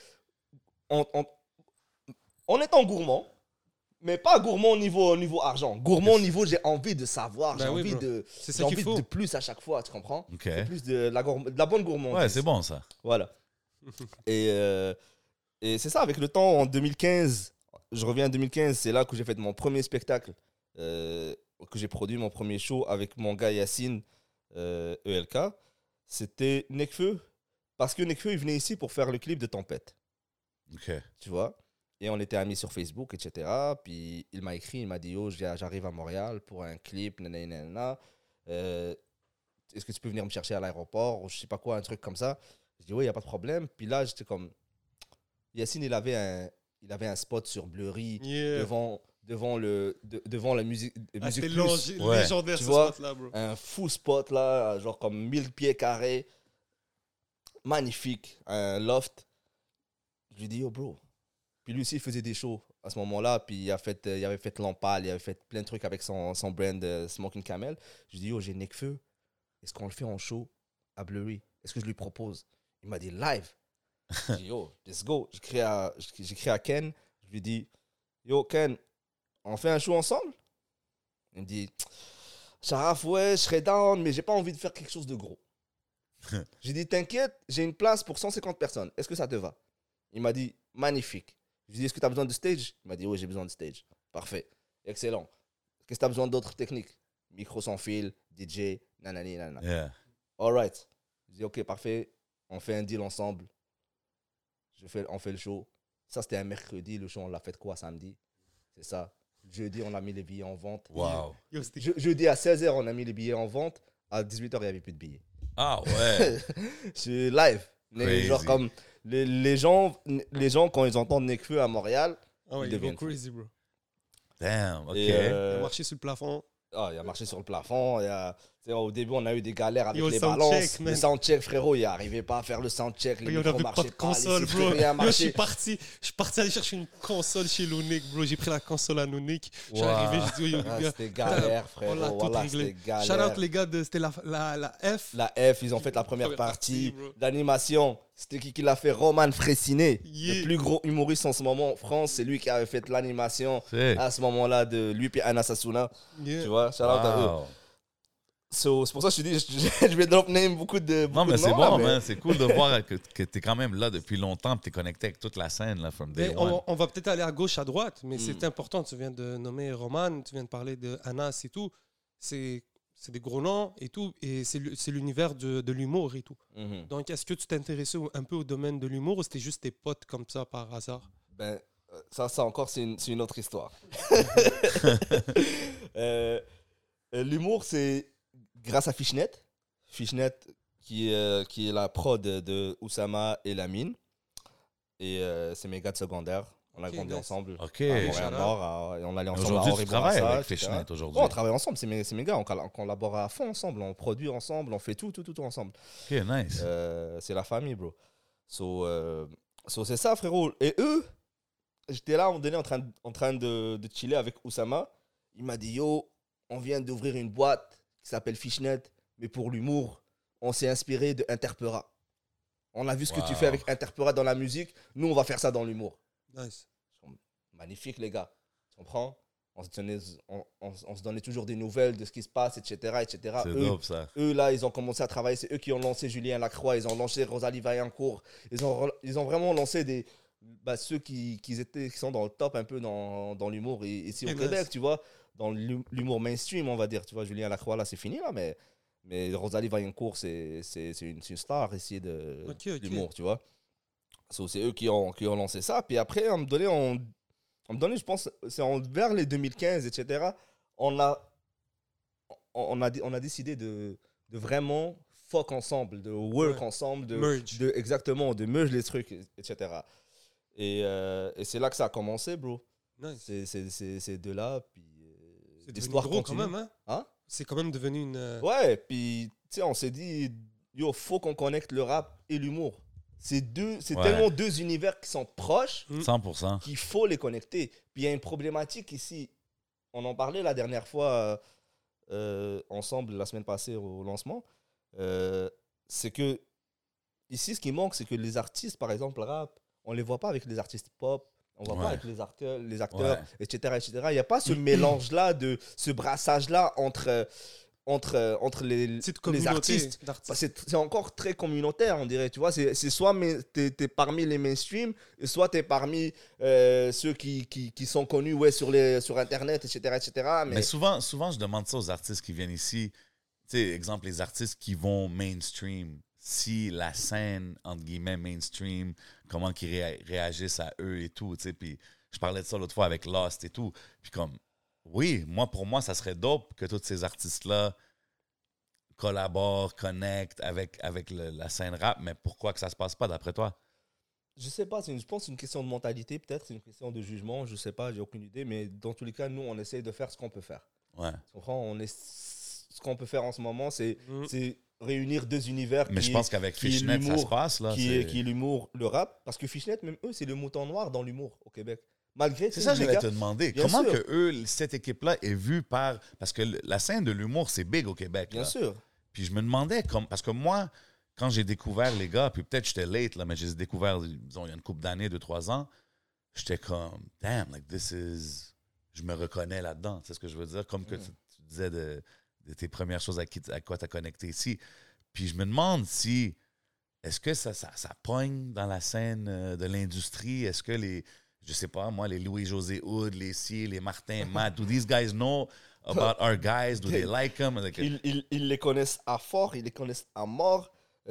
en étant gourmand, mais pas gourmand au niveau argent. Gourmand au niveau, j'ai envie de savoir, Ben j'ai oui, envie bro. de, C'est j'ai ça qu'il envie faut. de plus à chaque fois, tu comprends? OK. C'est plus de la bonne gourmandise. Ouais, c'est bon, ça. Voilà. Et c'est ça, avec le temps, en 2015, je reviens en 2015, c'est là que j'ai fait mon premier spectacle, que j'ai produit mon premier show avec mon gars Yacine, ELK. C'était Nekfeu, parce que Nekfeu, il venait ici pour faire le clip de Tempête. OK. Tu vois. Et on était amis sur Facebook, etc. Puis il m'a écrit, il m'a dit, yo, j'arrive à Montréal pour un clip, nanana. Est-ce que tu peux venir me chercher à l'aéroport ou je sais pas quoi, un truc comme ça. Je dis, oui, il n'y a pas de problème. Puis là, j'étais comme... Yacine, il avait un spot sur Bleury, Yeah. devant la musique. Ah, c'était Plus. Ouais. légendaire Tu ce vois, spot-là, bro. Un fou spot là, genre comme 1000 pieds carrés. magnifique, un loft. Je lui dis, yo, bro. Puis lui aussi, il faisait des shows à ce moment-là. Puis il avait fait Lampal, il avait fait plein de trucs avec son brand Smoking Camel. Je lui dis, yo, j'ai Nekfeu. Est-ce qu'on le fait en show à Blurry? Est-ce que je lui propose? Il m'a dit, live. Je dis, yo, let's go. J'écris à Ken. Je lui dis, yo, Ken, on fait un show ensemble? Il me dit, Sharaf, ouais, je serais down, mais j'ai pas envie de faire quelque chose de gros. J'ai dit, t'inquiète, j'ai une place pour 150 personnes. Est-ce que ça te va? Il m'a dit, magnifique. Je lui ai dit, est-ce que tu as besoin de stage? Il m'a dit, oui, j'ai besoin de stage. Parfait. Excellent. Qu'est-ce que tu as besoin d'autres techniques? Micro sans fil, DJ, nanani, nanana. Yeah. All right. Je dis, OK, parfait. On fait un deal ensemble. On fait le show. Ça, c'était un mercredi. Le show, on l'a fait quoi, samedi? C'est ça. Jeudi, on a mis les billets en vente. Wow. Jeudi à 16h, on a mis les billets en vente. À 18h, il n'y avait plus de billets. Ah ouais. C'est live. Genre comme les gens, quand ils entendent Nekfeu à Montréal, ils deviennent crazy, bro. Damn, ok. Il a marché sur le plafond. Il a marché sur le plafond. Au début, on a eu des galères avec les soundcheck, balances. man. Le soundcheck, frérot, il n'arrivait pas à faire le soundcheck. Les micros on n'avait marchaient pas de console, les bro. rien Yo, je suis marchait. parti aller chercher une console chez Lonic, bro. J'ai pris la console à Lonic. Je suis Wow. arrivé, j'ai dit, yo, Ah, gars, c'était galère, on l'a frérot. tout Voilà, réglé. c'était galère. Shout out les gars, c'était la F. La F, ils ont fait la première Première partie. partie, bro. L'animation, c'était qui l'a fait? Roman Fressinet. Yeah. Le plus gros humoriste en ce moment en France. C'est lui qui avait fait l'animation Sick. à ce moment-là de lui et Anna Sassouna. Yeah. Tu vois, shout out à eux. Wow. So, c'est pour ça que je te dis, je vais drop name beaucoup de Non, mais de c'est noms, bon, là, mais- man. C'est cool de voir que tu es quand même là depuis longtemps, tu es connecté avec toute la scène, là, from day Mais one. on va peut-être aller à gauche, à droite, mais c'est important. Tu viens de nommer Roman, tu viens de parler de Anas et tout. C'est des gros noms et tout. Et c'est l'univers de l'humour et tout. Mhm. Donc, est-ce que tu t'intéressais un peu au domaine de l'humour ou c'était juste tes potes comme ça par hasard? Ben, ça encore, c'est une autre histoire. L'humour, c'est grâce à Fishnet. Fishnet, qui est la prod de Oussama et Lamine. Et c'est mes gars de secondaire. On a Ok, grandi nice. ensemble. OK. À Montréal-Nord, et on allait ensemble à Aujourd'hui, tu Henri travailles Bourassa, avec etc. Fishnet aujourd'hui. Ouais, on travaille ensemble, c'est mes gars. On collabore à fond ensemble. On produit ensemble, on fait tout ensemble. OK, nice. C'est la famille, bro. So, c'est ça, frérot. Et eux, j'étais là, à un moment donné, en train de chiller avec Oussama. Il m'a dit, yo, on vient d'ouvrir une boîte qui s'appelle Fishnet, mais pour l'humour, on s'est inspiré de Interpera. On a vu ce que tu Wow. fais avec Interpera dans la musique. Nous, on va faire ça dans l'humour. Nice. Magnifique, les gars. Tu comprends? On se donnait toujours des nouvelles de ce qui se passe, etc. etc. C'est Eux, dope, ça. eux, là, ils ont commencé à travailler. C'est eux qui ont lancé Julien Lacroix. Ils ont lancé Rosalie Vaillancourt. Ils ont vraiment lancé ceux qui sont dans le top un peu dans l'humour ici au Et Québec, nice. tu vois. Dans l'humour mainstream, on va dire. Tu vois, Julien Lacroix, là, c'est fini, là. Mais Rosalie Vaillancourt, c'est une star ici de Ok, ok. l'humour, tu vois. So, c'est eux qui ont lancé ça. Puis après, à un moment donné, je pense, c'est vers les 2015, etc., on a décidé de vraiment fuck ensemble, de work Ouais. ensemble, Merge. exactement, de merge les trucs, etc. Et c'est là que ça a commencé, bro. Nice. C'est de là, puis C'est devenu l'histoire gros continue. quand même, hein? Hein? C'est quand même devenu une... Ouais, puis tu sais, on s'est dit, yo, faut qu'on connecte le rap et l'humour. C'est Ouais. tellement deux univers qui sont proches 100%. qu'il faut les connecter. Puis il y a une problématique ici. On en parlait la dernière fois ensemble, la semaine passée au lancement. C'est que ici, ce qui manque, c'est que les artistes, par exemple, rap, on les voit pas avec les artistes pop. On voit Ouais. pas avec les acteurs, Ouais. etc., etc. Il n'y a pas ce mélange-là, ce brassage-là entre les petite les communauté artistes. d'artistes. C'est encore très communautaire, on dirait. Tu vois, c'est soit t'es parmi les mainstream, et soit t'es parmi ceux qui sont connus sur Internet, etc., etc. Mais souvent, je demande ça aux artistes qui viennent ici. Tu sais, exemple, les artistes qui vont mainstream. Si la scène, entre guillemets, mainstream, comment ils réagissent à eux et tout, tu sais. Puis je parlais de ça l'autre fois avec Lost et tout. Puis comme, oui, pour moi, ça serait dope que tous ces artistes-là collaborent, connectent avec la scène rap. Mais pourquoi que ça se passe pas, d'après toi? Je sais pas, je pense que c'est une question de mentalité, peut-être, c'est une question de jugement, je sais pas, j'ai aucune idée, mais dans tous les cas, nous, on essaye de faire ce qu'on peut faire. Ouais. Tu comprends? Ce qu'on peut faire en ce moment, c'est réunir deux univers. Mais je pense qu'avec Fishnet, ça se passe, là. Qui est l'humour, le rap. Parce que Fishnet, même eux, c'est le mouton noir dans l'humour au Québec. Malgré c'est ça que je vais te demander. Bien Comment sûr. que eux, cette équipe-là est vue par... Parce que la scène de l'humour, c'est big au Québec. Bien là. sûr. Puis je me demandais, parce que moi, quand j'ai découvert les gars, puis peut-être j'étais late, là, mais j'ai découvert, disons, il y a une couple d'années, 2-3 ans, j'étais comme, damn, like this is... Je me reconnais là-dedans, c'est ce que je veux dire. Comme que tu disais de tes premières choses à quoi tu as connecté ici. Puis je me demande si... Est-ce que ça pogne dans la scène de l'industrie? Est-ce que je sais pas, moi, les Louis-José Hood, les Si, les Martin Matt, do these guys know about our guys? Do they like them? Ils les connaissent à fort, ils les connaissent à mort.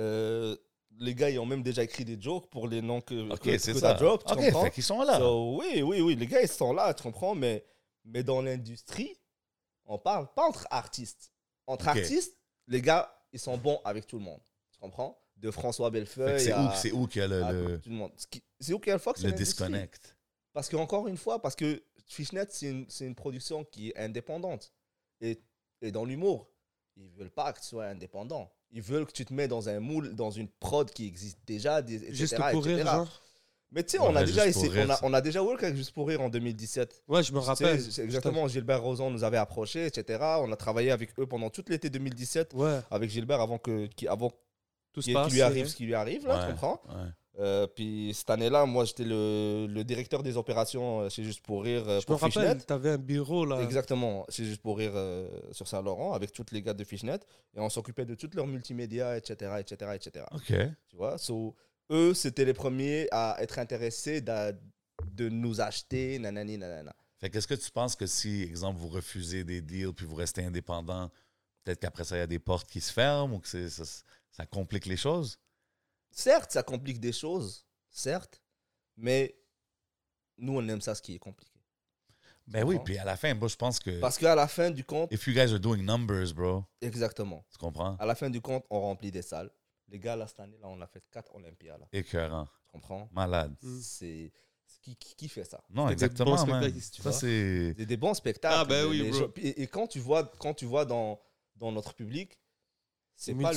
Les gars, ils ont même déjà écrit des jokes pour les noms que t'as drop, tu comprends? Fait qu'ils sont là. So, oui, les gars, ils sont là, tu comprends? Mais dans l'industrie, on parle pas entre artistes. Entre artistes, les gars, ils sont bons avec tout le monde. Tu comprends? De François Bellefeuille c'est où qu'il y a tout le monde. C'est où qu'il y a le Fox? Le disconnect. Parce que, encore une fois, Fishnet, c'est une production qui est indépendante. Et dans l'humour, ils veulent pas que tu sois indépendant. Ils veulent que tu te mets dans un moule, dans une prod qui existe déjà, etc. Juste pour rire, genre. Mais tu sais, on a déjà work avec Juste pour rire en 2017. Ouais, je me rappelle. Exactement, Gilbert Rozon nous avait approché, etc. On a travaillé avec eux pendant tout l'été 2017. Ouais. Avec Gilbert avant Tout se qu'il passe. lui arrive ce qui lui arrive, là, tu comprends? Ouais. Puis cette année-là, moi, j'étais le directeur des opérations chez Juste pour rire Je me pour Fishnet. rappelle, t'avais un bureau, là. Exactement, chez Juste pour rire sur Saint-Laurent, avec tous les gars de Fishnet. Et on s'occupait de toutes leurs multimédia, etc., etc., etc. OK. Tu vois? So, eux, c'était les premiers à être intéressés de nous acheter, nanani, nanana. Fait qu'est-ce que tu penses que si, exemple, vous refusez des deals puis vous restez indépendant, peut-être qu'après ça, il y a des portes qui se ferment ou que ça complique les choses? Certes, ça complique des choses, certes, mais nous, on aime ça, ce qui est compliqué. Ben oui, puis à la fin, bro, je pense que... Parce qu'à la fin du compte... If you guys are doing numbers, bro. Exactement. Tu comprends? À la fin du compte, on remplit des salles. Les gars, là, cette année, là, on a fait 4 Olympias, là. Écœurant. Tu comprends? Malade. C'est... Qui fait ça? Non, C'était des exactement, bons man. spectacles, tu Ça, vois. c'est... Des bons spectacles. Ah, ben oui, bro. Et quand tu vois dans notre public, c'est pas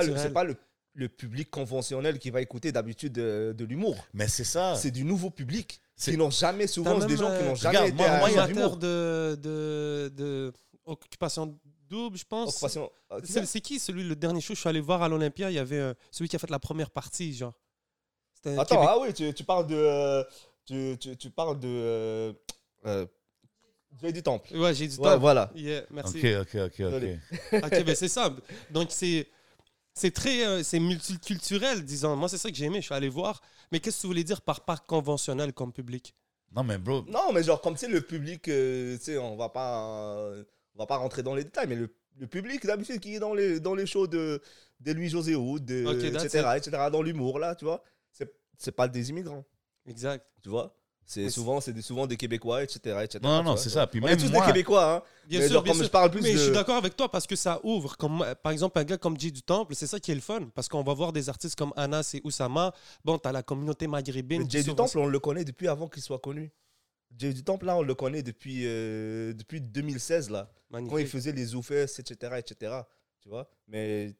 le public conventionnel qui va écouter d'habitude de l'humour. Mais c'est ça. C'est du nouveau public C'est- qui n'ont jamais, souvent, T'as c'est des même, gens qui n'ont jamais regarde, été moi, à il y a l'humour. Animateur de Occupation Double, je pense. Occupation- C'est qui celui, le dernier show? Je suis allé voir à l'Olympia, il y avait celui qui a fait la première partie, genre. C'était un Attends, Québécois. ah oui, tu parles de... Tu parles de... Jay du Temple. Ouais, j'ai dit Ouais, voilà. Yeah, merci. OK. Désolé. Ok, ben c'est ça. Donc c'est très c'est multiculturel, disons. Moi, c'est ça que j'ai aimé. Je suis allé voir. Mais qu'est-ce que tu voulais dire par pas conventionnel comme public? Non, mais bro, Non, mais genre, comme tu sais, le public, tu sais, on va pas rentrer dans les détails, mais le public, d'habitude, qui est dans les shows de Louis-José Hood, Ok, that's etc., dans l'humour, là, tu vois, c'est pas des immigrants, Exact. tu vois. C'est Mais souvent des Québécois, etc., etc. non, tu vois. c'est ça. Puis On est même tous moi... des Québécois, hein. Bien Mais sûr, genre, bien comme sûr. je parle plus Mais de... je suis d'accord avec toi parce que ça ouvre. Comme, par exemple, un gars comme Jay du Temple, c'est ça qui est le fun. Parce qu'on va voir des artistes comme Anas et Oussama. Bon, t'as la communauté maghrébine. Mais qui Jay du s'ouvre Temple, on le connaît depuis avant qu'il soit connu. Jay du Temple, là, on le connaît depuis 2016, là. Magnifique. Quand il faisait les zoufesses, etc., tu vois. Mais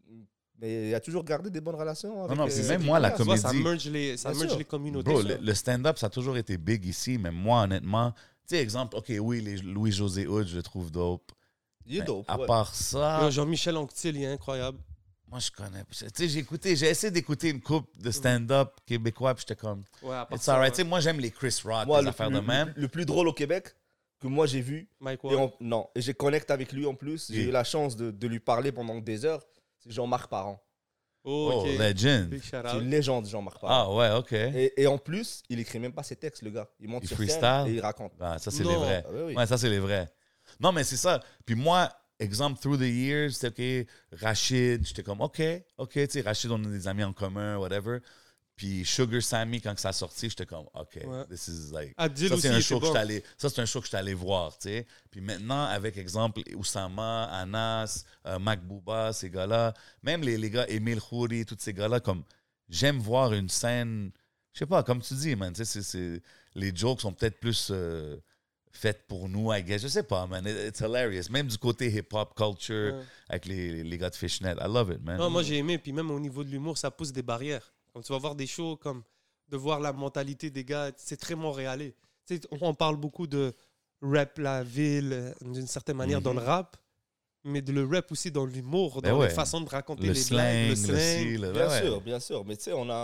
il a toujours gardé des bonnes relations avec... non, c'est même moi, la Tu vois, ça comédie. merge Bien sûr. les communautés. Bro, ça. le stand-up, ça a toujours été big ici, mais moi, honnêtement, tu sais, exemple, OK, oui, les Louis-José Hood, je le trouve dope. Il est Mais dope, à ouais. part ça, Yo, Jean-Michel Anctil, il est incroyable. moi, je connais. Tu sais, j'ai essayé d'écouter une coupe de stand-up québécois, puis j'étais comme, Ouais, à part it's ça, alright. ouais. Tu sais, moi, j'aime les Chris Rock, Moi, les affaires de même. le plus drôle au Québec que moi j'ai vu, Mike et Ward. et j'ai connecté avec lui en plus, j'ai Oui. eu la chance de lui parler pendant des heures, c'est Jean-Marc Parent. Oh, Oh, ok. legend. Big shout C'est out. une légende, Jean-Marc Parent. Ah, ouais, OK. Et en plus, il écrit même pas ses textes, le gars. Il monte Il sur freestyle? scène et il raconte. Ah, ça, c'est Non. les vrais. Ah, oui. Ouais, ça, c'est les vrais. Non, mais c'est ça. Puis moi, exemple, through the years, c'était OK, Rachid, j'étais comme OK, tu sais, Rachid, on a des amis en commun, whatever. Puis Sugar Sammy, quand ça a sorti, j'étais comme OK, Ouais. this is like... Adil Ça, aussi, c'est il un était show que bon. c'est un show que je suis allé voir, tu sais. Puis maintenant, avec exemple, Oussama, Anas, Mac Bouba, ces gars-là, même les gars, Émile Khouri, tous ces gars-là, comme j'aime voir une scène, je sais pas, comme tu dis, man, tu sais, les jokes sont peut-être plus faite pour nous, I guess. Je sais pas, man. It's hilarious. Même du côté hip-hop culture avec les gars de Fishnet. I love it, man. Non, moi, j'ai aimé. Puis même au niveau de l'humour, ça pousse des barrières. Comme tu vas voir des shows, comme de voir la mentalité des gars, c'est très montréalais. Tu sais, on parle beaucoup de rap, la ville, d'une certaine manière, dans le rap. Mais de le rap aussi dans l'humour, dans les façons de raconter les blagues, le slang. Bien sûr. Mais tu sais, on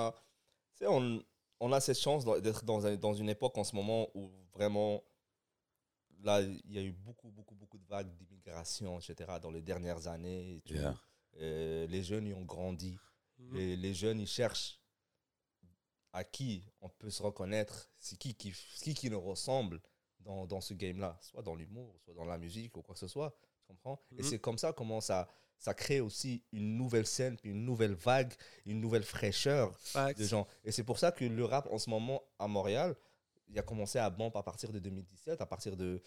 a cette chance d'être dans une époque en ce moment où vraiment, là, il y a eu beaucoup de vagues d'immigration, etc. dans les dernières années. Les jeunes, ils ont grandi. Les jeunes, ils cherchent à qui on peut se reconnaître, c'est qui nous ressemble dans ce game-là, soit dans l'humour, soit dans la musique ou quoi que ce soit. Tu comprends? Et c'est comme ça comment ça crée aussi une nouvelle scène, puis une nouvelle vague, une nouvelle fraîcheur de gens. Et c'est pour ça que le rap en ce moment à Montréal, il a commencé à bomber à partir de 2017, à partir de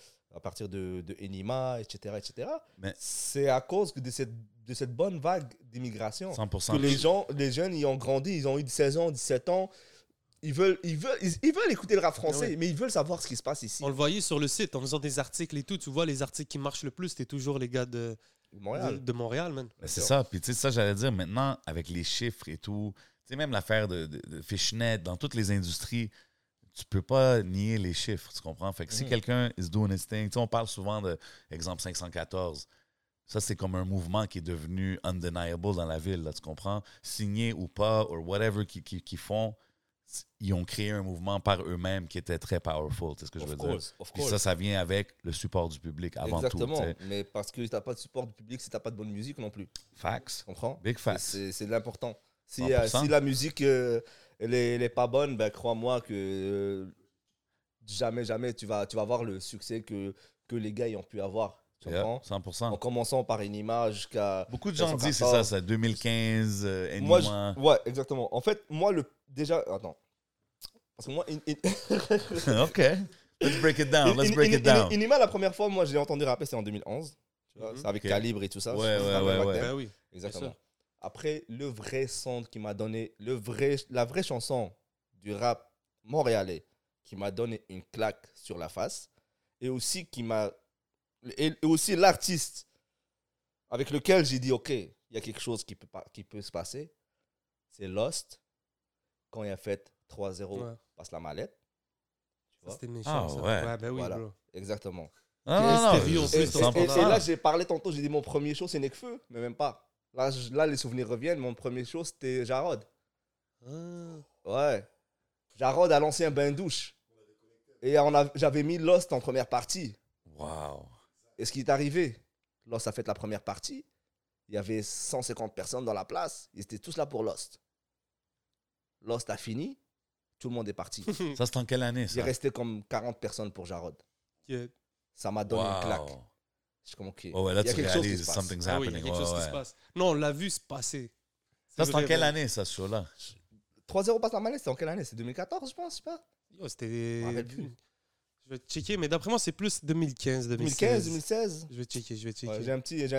Enima, etc. Mais c'est à cause de cette bonne vague d'immigration 100%. que les jeunes, ils ont grandi, ils ont eu 16 ans, 17 ans. Ils veulent écouter le rap français, mais ils veulent savoir ce qui se passe ici. On le voyait sur le site, en faisant des articles et tout. Tu vois, les articles qui marchent le plus, c'était toujours les gars de Montréal, man. C'est ça. Puis tu sais, ça, j'allais dire, maintenant, avec les chiffres et tout, tu sais, même l'affaire de Fishnet, dans toutes les industries, tu peux pas nier les chiffres, tu comprends? Fait que si quelqu'un is doing his thing, tu sais, on parle souvent de, exemple, 514. Ça, c'est comme un mouvement qui est devenu undeniable dans la ville, là, tu comprends? Signé ou pas, ou whatever qu'ils font, ils ont créé un mouvement par eux-mêmes qui était très powerful, c'est ce que je veux dire. Puis ça vient avec le support du public avant tout. Exactement, mais parce que tu n'as pas de support du public si tu n'as pas de bonne musique non plus. Facts. Tu comprends? Big facts. C'est de l'important. Si la musique elle est pas bonne, ben crois-moi que jamais tu vas avoir le succès que les gars ils ont pu avoir. Tu comprends? 100%. En commençant par Enima jusqu'à... Beaucoup de gens disent c'est ça, 2015, Enima. Moi, ouais, exactement. En fait, moi, Attends. Parce que moi... OK. Let's break it down. Enima, la première fois, moi, je l'ai entendu rapper, c'est en 2011. Tu vois, c'est avec Calibre et tout ça. Ouais. Ben oui. Exactement. Après, le vrai son qui m'a donné... La vraie chanson du rap montréalais qui m'a donné une claque sur la face et aussi qui m'a... Et aussi l'artiste avec lequel j'ai dit, OK, il y a quelque chose qui peut se passer, c'est Lost, quand il a fait 3-0, passe la mallette. Tu vois? C'était méchant, ça. Ouais. Ben oui, voilà, bro. exactement. Et là, j'ai parlé tantôt, j'ai dit mon premier show, c'est Nekfeu, mais même pas. Là, les souvenirs reviennent, mon premier show, c'était Jarod. Ouais. Jarod a lancé un bain de douche. Et j'avais mis Lost en première partie. Wow. Et ce qui est arrivé, Lost a fait la première partie, il y avait 150 personnes dans la place, ils étaient tous là pour Lost. Lost a fini, tout le monde est parti. Ça, c'est en quelle année, ça? Il restait comme 40 personnes pour Jarod. Yeah. Ça m'a donné une claque. Je suis comme, OK. Oh ouais, là, il y a tu quelque chose qui réalises se passe. something's Ah oui, happening. il y a quelque chose qui se passe. Non, on l'a vu se passer. Ça, c'est en quelle année, ça, ce show-là? 3-0 passe la mallette, c'était en quelle année? C'est 2014, je pense, je sais pas. Yo, c'était... Je me rappelle plus. Je vais checker, mais d'après moi, c'est plus 2015, 2015, 2016. Je vais checker. Ouais, j'ai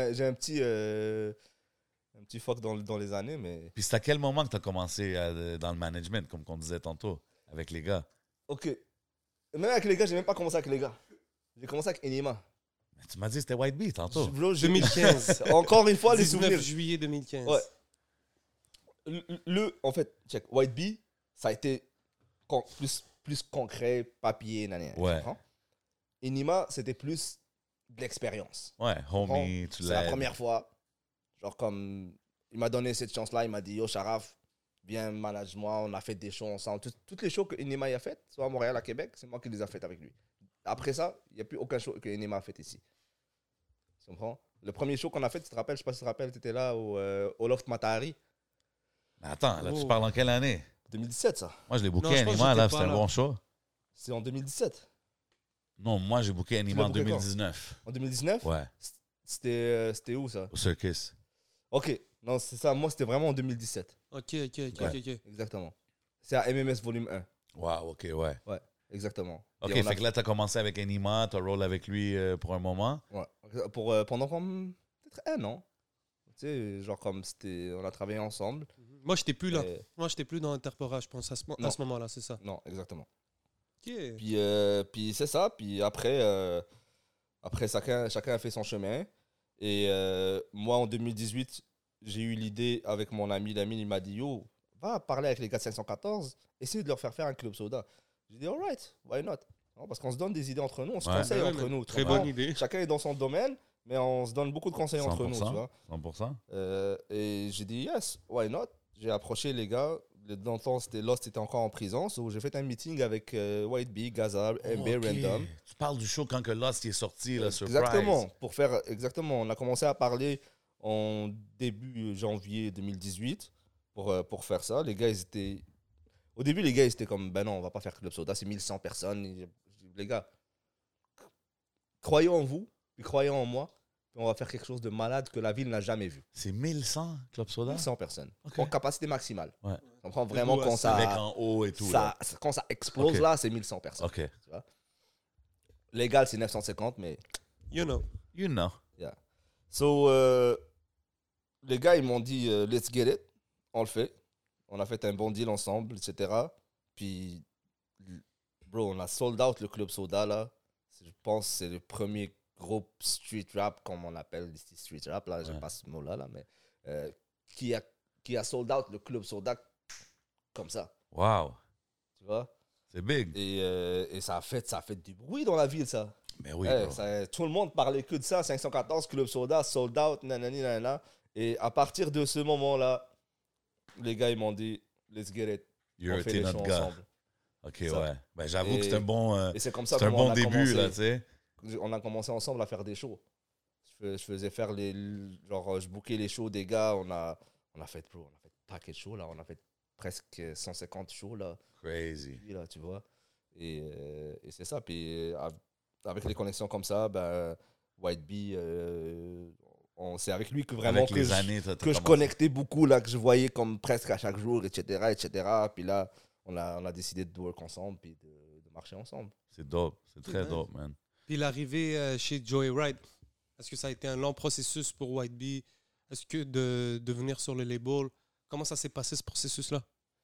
un petit fuck dans les années, mais... Puis c'est à quel moment que tu as commencé dans le management, comme on disait tantôt, avec les gars? OK. Même avec les gars, j'ai même pas commencé avec les gars. J'ai commencé avec Enima. Mais tu m'as dit que c'était White Bee tantôt. 2015. Encore une fois, les 19 souvenirs. juillet 2015. Ouais. En fait, check. White Bee, ça a été plus concret, papier, Ouais. Enima, c'était plus de l'expérience. Ouais, homie, tu l'as. C'est la première fois. Genre comme, il m'a donné cette chance-là, il m'a dit, yo, Sharaf, viens, manage-moi, on a fait des shows ensemble. Toutes les shows que Enima a faites, soit à Montréal, à Québec, c'est moi qui les ai faites avec lui. Après ça, il n'y a plus aucun show que Enima a fait ici. Tu comprends? Le premier show qu'on a fait, tu te rappelles, je sais pas si tu te rappelles, tu étais là au Loft Matahari. Mais attends, là, tu parles en quelle année? 2017, ça. Moi, je l'ai booké Enima, là, c'était un bon show. C'est en 2017. Non, moi, j'ai booké Enima en 2019. En 2019? Ouais. C'était où, ça? Au Circus. OK. Non, c'est ça. Moi, c'était vraiment en 2017. OK. Exactement. C'est à MMS Volume 1. Wow, OK, ouais. Ouais, exactement. OK, fait que là, tu as commencé avec Enima, tu as roll avec lui pour un moment. Ouais. Pendant comme peut-être un an. Tu sais, genre comme on a travaillé ensemble. Moi, j'étais plus là. Moi, j'étais plus dans Interpora, je pense, à ce moment-là, c'est ça. Non, exactement. Ok. Puis c'est ça. Puis après, chacun a fait son chemin. Et moi, en 2018, j'ai eu l'idée avec mon ami. L'ami, il m'a dit, yo, va parler avec les gars de 514, essaye de leur faire un club soda. J'ai dit, alright, why not? Non, parce qu'on se donne des idées entre nous, on se conseille entre nous. Très bonne idée. Chacun est dans son domaine, mais on se donne beaucoup de conseils entre nous, tu vois. 100%. Et j'ai dit, yes, why not? J'ai approché les gars. Dans le temps, Lost était encore en prison, donc j'ai fait un meeting avec White Bee, Gaza, MB, Random. Tu parles du show quand que Lost est sorti, là, Surprise. Exactement. On a commencé à parler en début janvier 2018 pour faire ça. Au début, les gars, ils étaient comme, ben non, on va pas faire Club Soda, c'est 1100 personnes. Je dis, les gars, croyez en vous, puis croyez en moi, puis on va faire quelque chose de malade que la ville n'a jamais vu. C'est 1100 Club Soda? 1100 personnes. Okay. En capacité maximale. Ouais. On prend vraiment quand ça... Avec en haut et tout. Quand ça explose, là, c'est 1100 personnes. OK. Tu vois? Légal, c'est 950, mais... You know. Yeah. So, les gars, ils m'ont dit, let's get it. On le fait. On a fait un bon deal ensemble, etc. Puis, bro, on a sold out le Club Soda, là. Je pense que c'est le premier groupe street rap, comme on appelle ici street rap, là. J'aime pas ce mot-là, là, mais qui a sold out le Club Soda comme ça. Wow. Tu vois? C'est big. Et ça a fait du bruit dans la ville, ça. Mais oui, tout le monde parlait que de ça. 514, Club Soda, sold out, nanani, nanana. Et à partir de ce moment-là, les gars, ils m'ont dit, let's get it. On fait les shows ensemble. OK, ça. Ouais. Ben, j'avoue que c'est un bon, et c'est comme ça c'est un bon début, là, tu sais. On a commencé ensemble à faire des shows. Je faisais faire je bookais les shows des gars. On a fait paquet de shows, là. On a fait presque 150 shows, là. Crazy. Puis, là, tu vois. Et c'est ça. Puis avec les connexions comme ça, ben, White Bee, c'est avec lui que vraiment avec les années, que je connectais beaucoup, là, que je voyais comme presque à chaque jour, etc. Puis là, on a décidé de work ensemble puis de marcher ensemble. C'est dope. C'est très dope, man. Puis l'arrivée chez Joyride, est-ce que ça a été un long processus pour White Bee? Est-ce que de venir sur le label, comment ça s'est passé ce processus-là?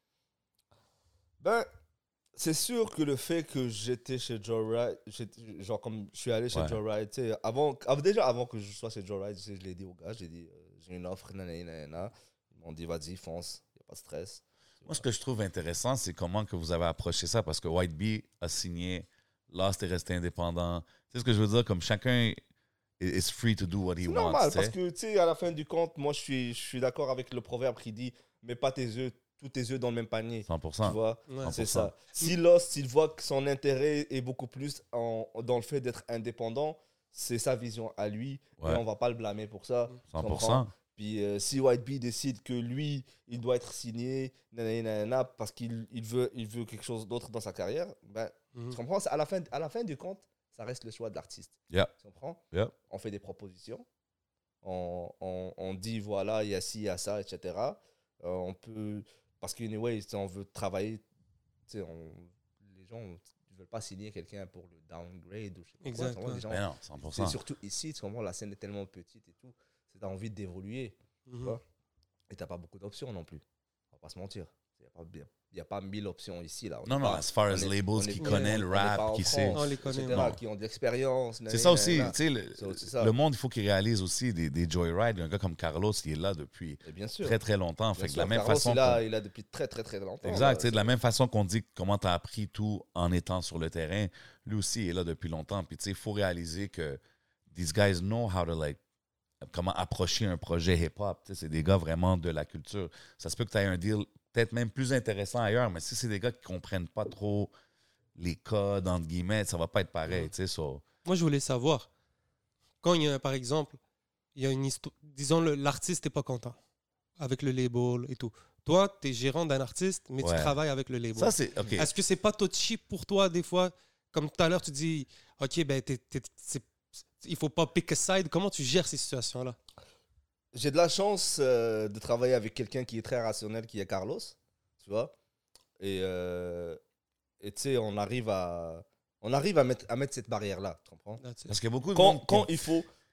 Ben, c'est sûr que le fait que j'étais chez Joyride, genre comme je suis allé chez Joyride, tu sais, avant que je sois chez Joyride, je l'ai dit aux gars, j'ai dit, j'ai une offre, nanana. Ils m'ont dit, vas-y, fonce, il n'y a pas de stress. Moi, ce que je trouve intéressant, c'est comment que vous avez approché ça, parce que White Bee a signé, Lost est resté indépendant. Tu sais ce que je veux dire? Comme chacun is free to do what he wants. C'est normal, parce que, tu sais, à la fin du compte, moi, je suis d'accord avec le proverbe qui dit, mets pas tous tes œufs dans le même panier. 100%. Tu vois? Ouais. C'est ça. Si Lost, il voit que son intérêt est beaucoup plus dans le fait d'être indépendant, c'est sa vision à lui, et on va pas le blâmer pour ça. 100%. Puis si White Bee décide que lui, il doit être signé, nanana, parce qu'il veut quelque chose d'autre dans sa carrière, ben, tu comprends? À la fin du compte, ça reste le choix de l'artiste. Yeah. Tu comprends? Yeah. On fait des propositions, on dit voilà, il y a ci, il y a ça, etc. On peut, parce qu'anyway, on veut travailler, les gens ne veulent pas signer quelqu'un pour le downgrade ou je sais pas. Exactement. Quoi, mais non, 100%. Surtout ici, tu comprends, la scène est tellement petite et tout, tu as envie d'évoluer. Tu vois? Et tu n'as pas beaucoup d'options non plus. On va pas se mentir. Il n'y a pas 1000 options ici. Là. Non, as far as labels qui connaissent le rap, qui sait. On les connaît. Qui ont de l'expérience. C'est ça aussi. Le monde, il faut qu'il réalise aussi des Joyride. Un gars comme Carlos, il est là depuis très, très longtemps. Fait que de la même Carlos, façon. Il a depuis très, très, très longtemps. Exact. De la même façon qu'on dit comment tu as appris tout en étant sur le terrain, lui aussi, il est là depuis longtemps. Puis, il faut réaliser que these guys know how to, comment approcher un projet hip-hop. C'est des gars vraiment de la culture. Ça se peut que tu aies un deal peut-être même plus intéressant ailleurs, mais si c'est des gars qui ne comprennent pas trop les codes, entre guillemets, ça ne va pas être pareil. Moi, je voulais savoir, quand il y a, par exemple, il y a une histoire, disons, l'artiste n'est pas content avec le label et tout. Toi, tu es gérant d'un artiste, mais tu travailles avec le label. Ça, c'est, okay. Est-ce que c'est pas touchy pour toi, des fois? Comme tout à l'heure, tu dis, OK, ben, il faut pas pick a side. Comment tu gères ces situations-là? J'ai de la chance de travailler avec quelqu'un qui est très rationnel, qui est Carlos, tu vois. Et tu sais, on arrive à mettre cette barrière-là, tu comprends? Parce qu'il y a beaucoup de monde quand il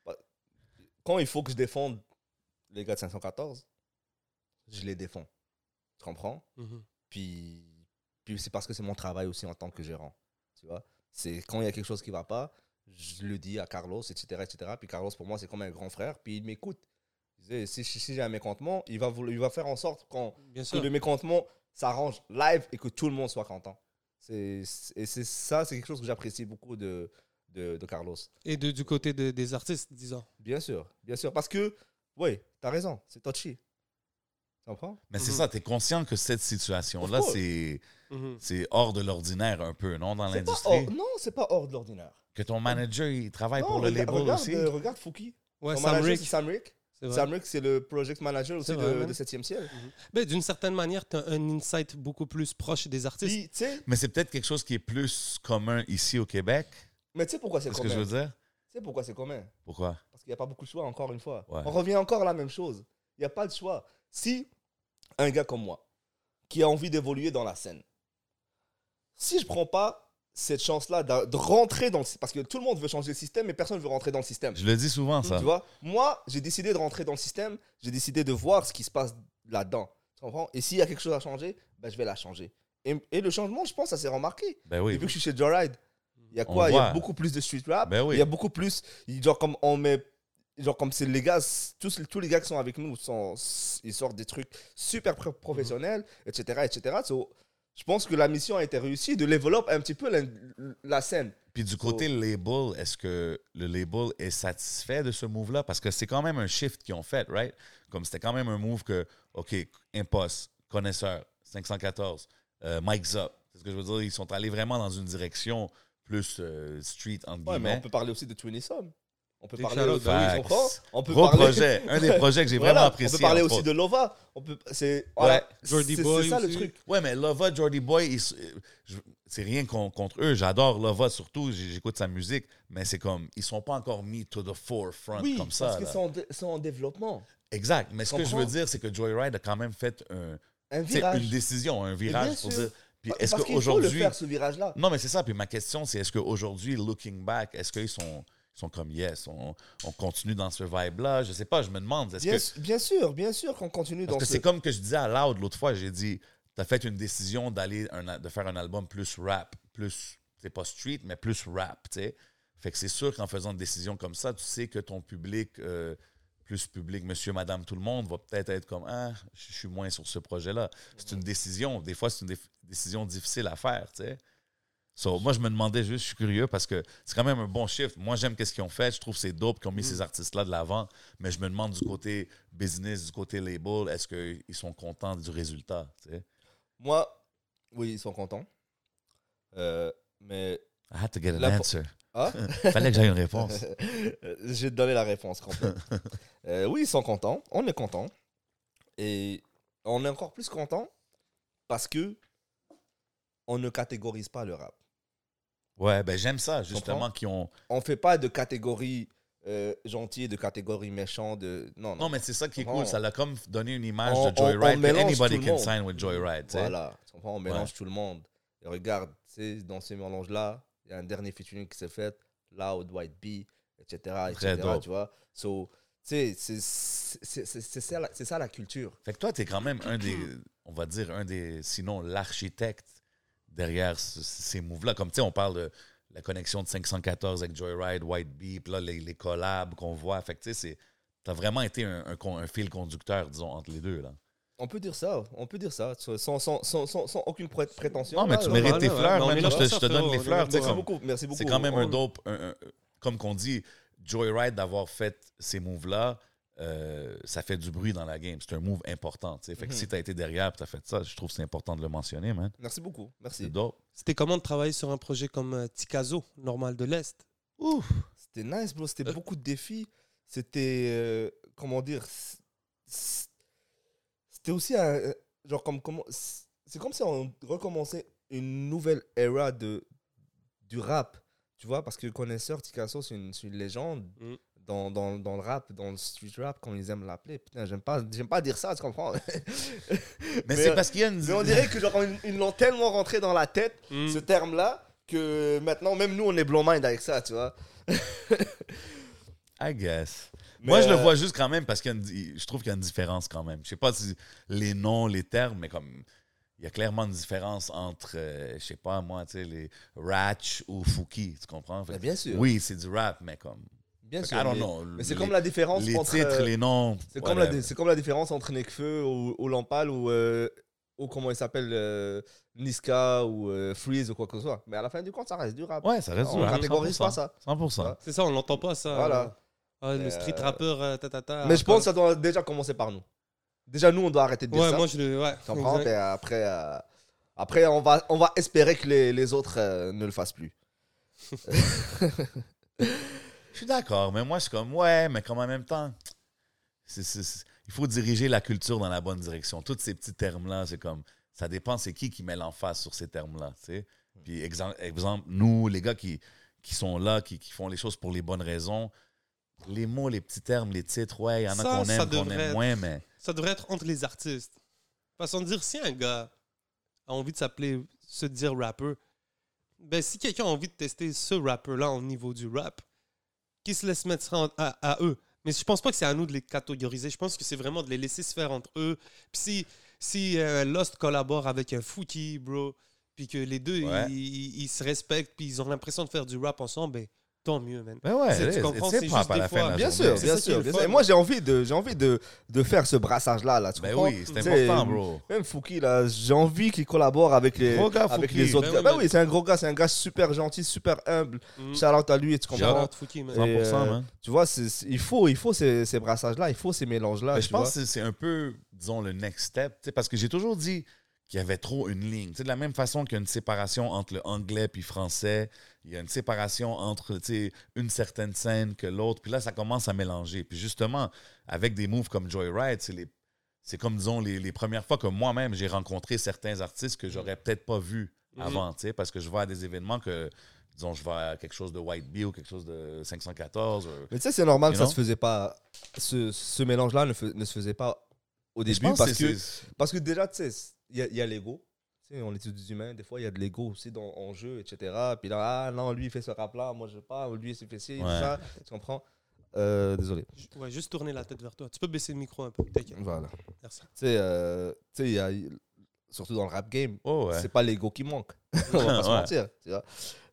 faut que je défende les gars de 514, je les défends, tu comprends? Puis c'est parce que c'est mon travail aussi en tant que gérant. tu vois. C'est quand il y a quelque chose qui va pas, je le dis à Carlos, etc., etc. Puis Carlos, pour moi, c'est comme un grand frère, puis il m'écoute. Si j'ai un mécontentement, il va faire en sorte que le mécontentement s'arrange live et que tout le monde soit content. C'est quelque chose que j'apprécie beaucoup de Carlos. Et du côté des artistes, disons. Bien sûr. Parce que, oui, t'as raison, c'est touchy. Tu comprends? Mais c'est ça, t'es conscient que cette situation-là, c'est hors de l'ordinaire un peu, non, dans l'industrie? Non, c'est pas hors de l'ordinaire. Que ton manager, il travaille pour le label aussi? Regarde Fouki. Ouais, Ton Sam manager, Rick. c'est Sam Rick. Sam Rick, c'est le project manager aussi de 7e ciel. Ben, d'une certaine manière, tu as un insight beaucoup plus proche des artistes. Puis, mais c'est peut-être quelque chose qui est plus commun ici au Québec. Mais tu sais pourquoi c'est commun? C'est ce que je veux dire? Tu sais pourquoi c'est commun? Pourquoi? Parce qu'il n'y a pas beaucoup de choix, encore une fois. Ouais. On revient encore à la même chose. Il n'y a pas de choix. Si un gars comme moi, qui a envie d'évoluer dans la scène, si je ne prends pas cette chance-là de rentrer dans le système, parce que tout le monde veut changer le système, mais personne ne veut rentrer dans le système. Je le dis souvent, ça. Tu vois, moi, j'ai décidé de rentrer dans le système, j'ai décidé de voir ce qui se passe là-dedans. Tu comprends? Et s'il y a quelque chose à changer, ben, je vais la changer. Et le changement, je pense, ça s'est remarqué. Ben oui. Depuis que je suis chez Joyride, il y a quoi? Il y a beaucoup plus de street rap. Ben oui. Il y a beaucoup plus. Genre, comme on met. Genre, comme c'est les gars, tous les gars qui sont avec nous, ils sortent des trucs super professionnels, etc. etc. So, je pense que la mission a été réussie de développer un petit peu la scène. Puis du côté label, est-ce que le label est satisfait de ce move-là? Parce que c'est quand même un shift qu'ils ont fait, right? Comme c'était quand même un move que, OK, Impost, Connaisseur, 514, Mike's Up. C'est ce que je veux dire. Ils sont allés vraiment dans une direction plus street, entre guillemets. Ouais, mais on peut parler aussi de Twinny Some. On peut parler Gros projet. Un des projets que j'ai vraiment apprécié. On peut parler aussi de Lova. C'est ça le truc. Ouais, mais Lova, Jordy Boy, c'est rien contre eux. J'adore Lova surtout. J'écoute sa musique. Mais c'est comme, ils sont pas encore mis to the forefront comme ça. Parce qu'ils sont en développement. Exact. Mais ce que je veux dire, c'est que Joyride a quand même fait un virage. Une décision, un virage pour dire. Puis parce qu'il faut le faire, ce virage-là. Non, mais c'est ça. Puis ma question, c'est est-ce qu'aujourd'hui, looking back, est-ce qu'ils sont comme yes, on continue dans ce vibe-là? Je sais pas, je me demande. Bien sûr qu'on continue dans ce... Parce que c'est comme que je disais à Loud l'autre fois, j'ai dit, tu as fait une décision de faire un album plus rap, plus, c'est pas street, mais plus rap, tu sais. Fait que c'est sûr qu'en faisant une décision comme ça, tu sais que ton public, plus public, monsieur, madame, tout le monde, va peut-être être comme, je suis moins sur ce projet-là. C'est une décision. Des fois, c'est une décision difficile à faire, tu sais. So, moi, je me demandais juste, je suis curieux parce que c'est quand même un bon chiffre. Moi, j'aime ce qu'ils ont fait. Je trouve que c'est dope qu'ils ont mis ces artistes-là de l'avant. Mais je me demande du côté business, du côté label, est-ce qu'ils sont contents du résultat? Tu sais? Moi, oui, ils sont contents. Mais... I had to get an answer. Ah? Fallait que j'aie une réponse. Je vais te donner la réponse complète. Oui, ils sont contents. On est contents. Et on est encore plus contents parce que on ne catégorise pas le rap. Ouais, ben j'aime ça, justement, qu'ils ont... On fait pas de catégorie gentil, de catégorie méchant, de... Non, mais c'est ça qui est cool. Ça l'a comme donné une image de Joyride. Anybody can sign with Joyride. Voilà, tu comprends? On mélange tout le monde. Et regarde, dans ce mélange-là, il y a un dernier featuring qui s'est fait, Loud, White B, etc. Tu vois? So, tu sais, c'est ça la culture. Fait que toi, t'es quand même on va dire, sinon l'architecte derrière ces moves-là. Comme tu sais, on parle de la connexion de 514 avec Joyride, White Bee, puis là, les collabs qu'on voit. Fait que tu sais, t'as vraiment été un fil conducteur, disons, entre les deux, là. On peut dire ça, sans aucune prétention. Non, mais tu mérites tes fleurs, maintenant, je te donne les fleurs. Merci beaucoup. C'est quand même un dope, comme qu'on dit, Joyride d'avoir fait ces moves-là, ça fait du bruit dans la game. C'est un move important. T'sais. Fait que si tu as été derrière et tu as fait ça, je trouve que c'est important de le mentionner, man. Merci beaucoup. Merci. C'est dope. C'était comment de travailler sur un projet comme Tikazo, Normal de l'Est? Ouf, c'était nice, bro. C'était beaucoup de défis. C'était, comment dire, c'était aussi un, genre c'est comme si on recommençait une nouvelle era du rap. Tu vois, parce que Connaisseur, Tikazo, c'est une légende. Dans le rap, dans le street rap, comme ils aiment l'appeler. Putain, j'aime pas dire ça, tu comprends? mais c'est parce qu'il y a une... Mais on dirait que genre, ils l'ont tellement rentré dans la tête, ce terme-là, que maintenant, même nous, on est blow mind avec ça, tu vois? I guess. Mais moi, je le vois juste quand même parce que je trouve qu'il y a une différence quand même. Je sais pas si les noms, les termes, mais comme... il y a clairement une différence entre, je sais pas moi, tu sais, les Ratch ou Fouki, tu comprends? Fait, bien sûr. Oui, c'est du rap, mais comme... Bien Fait, sûr. I don't know. Mais c'est comme la différence les entre... titres, les noms... C'est comme la différence entre Nekfeu ou Lampal ou comment il s'appelle, Niska ou Freeze ou quoi que ce soit. Mais à la fin du compte, ça reste du rap. Ouais, ça reste du On rap. catégorise pas ça. 100%. C'est ça, on n'entend pas ça. Voilà. Le street rappeur, Mais je pense que ça doit déjà commencer par nous. Déjà, nous, on doit arrêter de dire Ouais, ça. moi je le. Ouais, Tu comprends? Et après, on va espérer que les autres ne le fassent plus. Je suis d'accord, mais moi, je suis comme, ouais, mais comme en même temps, il faut diriger la culture dans la bonne direction. Tous ces petits termes-là, c'est comme, ça dépend c'est qui met l'emphase sur ces termes-là, tu sais. Puis, exemple, nous, les gars qui sont là, qui font les choses pour les bonnes raisons, les mots, les petits termes, les titres, ouais, il y en a qu'on aime moins, mais... Ça devrait être entre les artistes. Façon de dire, si un gars a envie de se dire rappeur, ben si quelqu'un a envie de tester ce rappeur-là au niveau du rap, qui se laisse mettre ça à eux. Mais je pense pas que c'est à nous de les catégoriser. Je pense que c'est vraiment de les laisser se faire entre eux. Puis si Lost collabore avec un Fouki, bro, puis que les deux, ils se respectent, puis ils ont l'impression de faire du rap ensemble, ben tant mieux, man. Ben ouais, tu comprends, c'est juste des fois... Bien sûr. Et moi, j'ai envie de faire ce brassage-là. Là, tu comprends? Oui, c'est important, bro. Même Fouki, là, j'ai envie qu'il collabore avec les autres gars. Ben oui, c'est un gros gars, c'est un gars super gentil, super humble. Shout-out à lui, tu comprends? Fouki, man. 100%, man. Tu vois, il faut ces brassages-là, il faut ces mélanges-là. Ben, je pense que c'est un peu, disons, le next step, parce que j'ai toujours dit qu'il y avait trop une ligne. T'sais, de la même façon qu'il y a une séparation entre le anglais puis français, il y a une séparation entre une certaine scène que l'autre. Puis là, ça commence à mélanger. Puis justement, avec des moves comme Joyride, c'est comme, disons, les premières fois que moi-même, j'ai rencontré certains artistes que j'aurais peut-être pas vus avant, parce que je vais à des événements que... Disons, je vais à quelque chose de White Bee ou quelque chose de 514. Mais tu sais, c'est normal que ça se faisait pas... Ce mélange-là ne se faisait pas au début parce que déjà, tu sais... Il y a l'ego. Tu sais, on est tous humains. Des fois, il y a de l'ego aussi en jeu, etc. Puis là, ah non, lui, il fait ce rap-là. Moi, je veux pas. Lui, il fait ci, ça. Tu comprends? Désolé. Ouais, juste tourner la tête vers toi. Tu peux baisser le micro un peu. T'inquiète. Voilà. Merci. Tu sais, il y a... Surtout dans le rap game, c'est pas l'ego qui manque. On va pas se mentir. Tu vois?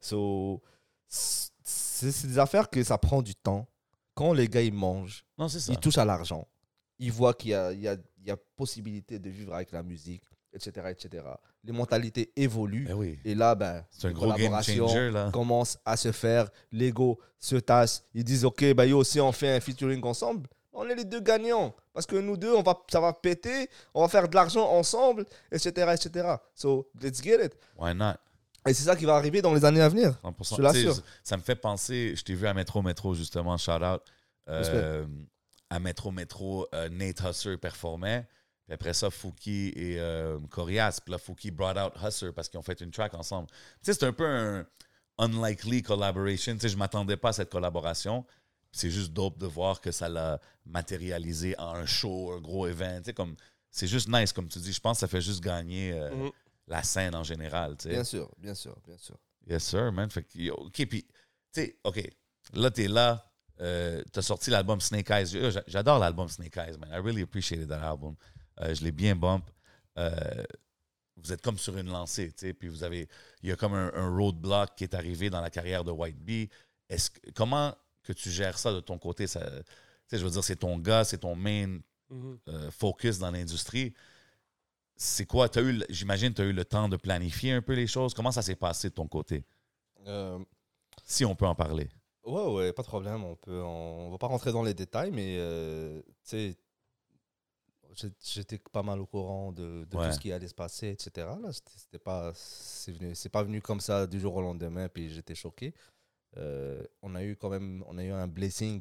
C'est des affaires que ça prend du temps. Quand les gars, ils mangent, ils touchent à l'argent. Ils voient qu'il y a possibilité de vivre avec la musique, etc., etc. Les mentalités évoluent. Oui. Et là, c'est un gros game changer, là. Commence à se faire. L'ego se tasse. Ils disent, OK, bah, yo aussi, on fait un featuring ensemble. On est les deux gagnants. Parce que nous deux, ça va péter. On va faire de l'argent ensemble, etc., etc. So, let's get it. Why not? Et c'est ça qui va arriver dans les années à venir. 100%. Je l'assure. Ça me fait penser, je t'ai vu à Metro, justement, shout-out. À Metro, Nate Husser performait. Puis après ça, Fouki et Corias. Puis là, Fouki brought out Husser parce qu'ils ont fait une track ensemble. Tu sais, c'est un peu un unlikely collaboration. Tu sais, je ne m'attendais pas à cette collaboration. C'est juste dope de voir que ça l'a matérialisé en un show, un gros event. Tu sais, comme, c'est juste nice, comme tu dis. Je pense que ça fait juste gagner la scène en général. Tu sais. Bien sûr. Yes, sir, man. Fait que, OK, puis, tu sais, OK, là, t'es là. T'as sorti l'album Snake Eyes. J'adore l'album Snake Eyes, man. I really appreciated that album. Je l'ai bien bump. Vous êtes comme sur une lancée, tu sais, puis il y a comme un roadblock qui est arrivé dans la carrière de White Bee. Comment que tu gères ça de ton côté? Ça, tu sais, je veux dire, c'est ton gars, c'est ton main focus dans l'industrie. C'est quoi? J'imagine que tu as eu le temps de planifier un peu les choses. Comment ça s'est passé de ton côté? Si on peut en parler. Ouais, pas de problème. On va pas rentrer dans les détails, mais tu sais, j'étais pas mal au courant de tout ce qui allait se passer, etc. Là, c'est pas venu comme ça du jour au lendemain, puis j'étais choqué. On a eu un blessing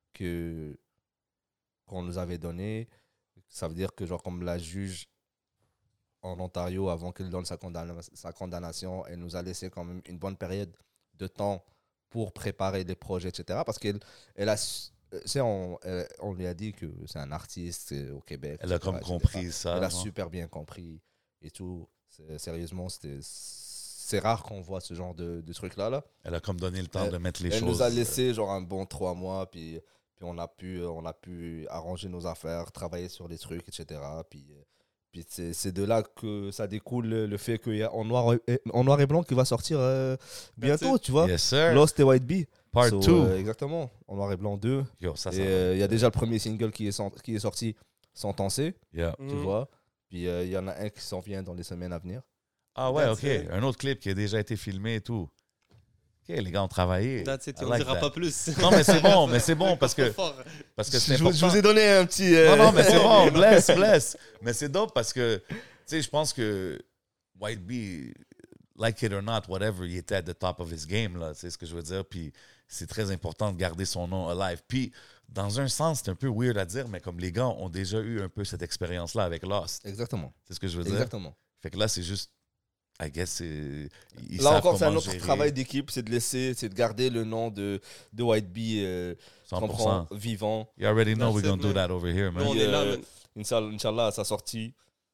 qu'on nous avait donné. Ça veut dire que genre comme la juge en Ontario, avant qu'elle donne sa condamnation, elle nous a laissé quand même une bonne période de temps pour préparer des projets, etc. Parce qu'elle a... on lui a dit que c'est un artiste au Québec. Elle a comme compris ça. Elle a super bien compris et tout. Sérieusement, c'est rare qu'on voit ce genre de truc-là. Là. Elle a comme donné le temps de mettre les choses. Elle nous a laissé genre un bon 3 mois, puis on a pu arranger nos affaires, travailler sur des trucs, etc. Puis Puis c'est de là que ça découle le fait qu'il y a en noir et blanc qui va sortir bientôt, tu vois. Yes, sir. Lost et White Bee. Part 2. Exactement. En noir et blanc 2. Yo, ça Et il y a déjà le premier single qui est sorti, Sentencé, Yeah. tu vois. Puis il y en a un qui s'en vient dans les semaines à venir. Ah ouais, That's OK. it. Un autre clip qui a déjà été filmé et tout. OK, les gars ont travaillé. That's it, I on like dira that. pas plus. Non, mais c'est bon parce que c'est Je important. vous ai donné un petit... Non, mais c'est bon, bless. Mais c'est dope parce que, tu sais, je pense que White Bee, like it or not, whatever, il était at the top of his game, là, tu sais ce que je veux dire. Puis c'est très important de garder son nom alive. Puis, dans un sens, c'est un peu weird à dire, mais comme les gars ont déjà eu un peu cette expérience-là avec Lost. Exactement. C'est ce que je veux dire. Exactement. Fait que là, c'est juste, I guess, ils Là savent encore, c'est un comment autre gérer. travail d'équipe, c'est de garder le nom de White Bee 100%. vivant. You already know That's we're gonna it, do man. that over here, man. On Puis, est là, man. Inch'Allah, à sa sortie,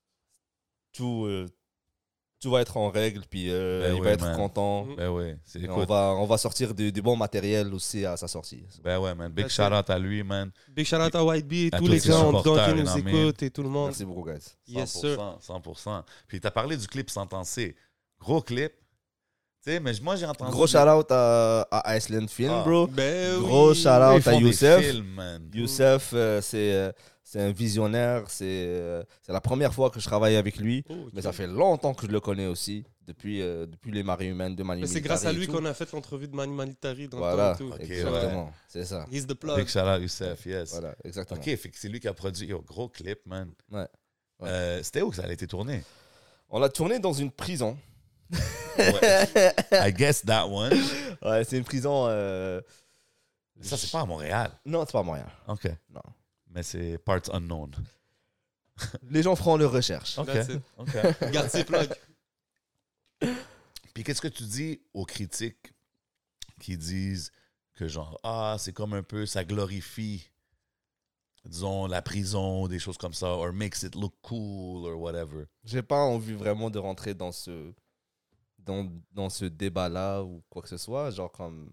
tout va être en règle, puis il oui, va être man. content. Ben oui, c'est Et écoute. on va sortir du bon matériel aussi à sa sortie. Ben ouais, man. Big That's shout out à lui, man. Big shout out à White Bee, À tous tous les ses gens supporters, qui nous you know what I mean? écoutent et tout le monde. Merci beaucoup, guys. 100%, Yes, sir. 100%. Puis tu as parlé du clip Sentencé. Gros clip. Tu sais, mais moi, j'ai entendu... Gros shout-out à Iceland Film, Ah. bro. Ben Gros oui. Ils shout-out font à des Youssef. films, man. Youssef, c'est un visionnaire. C'est la première fois que je travaille avec lui. Oh, ok. Mais ça fait longtemps que je le connais aussi, depuis les marées humaines de Mani Mais c'est Militari grâce à et lui tout. qu'on a fait l'entrevue de Mani Militari dans Voilà, le temps et tout. Ok, exactement. C'est ça. He's the Big plug. shout out Youssef, yes. Voilà, exactement. OK, fait que c'est lui qui a produit. Yo, gros clip, man. Ouais. C'était où que ça a été tourné? On l'a tourné dans une prison. Ouais. I guess that one. Ouais, c'est une prison. Ça, c'est pas à Montréal. Non, c'est pas moyen. OK. Non. Mais c'est parts unknown. Les gens feront leurs recherches. OK. That's it. OK. Garde ses plugs. Puis qu'est-ce que tu dis aux critiques qui disent que genre, c'est comme un peu, ça glorifie, disons, la prison, des choses comme ça, or makes it look cool, or whatever. J'ai pas envie vraiment de rentrer dans ce débat-là ou quoi que ce soit. Genre comme...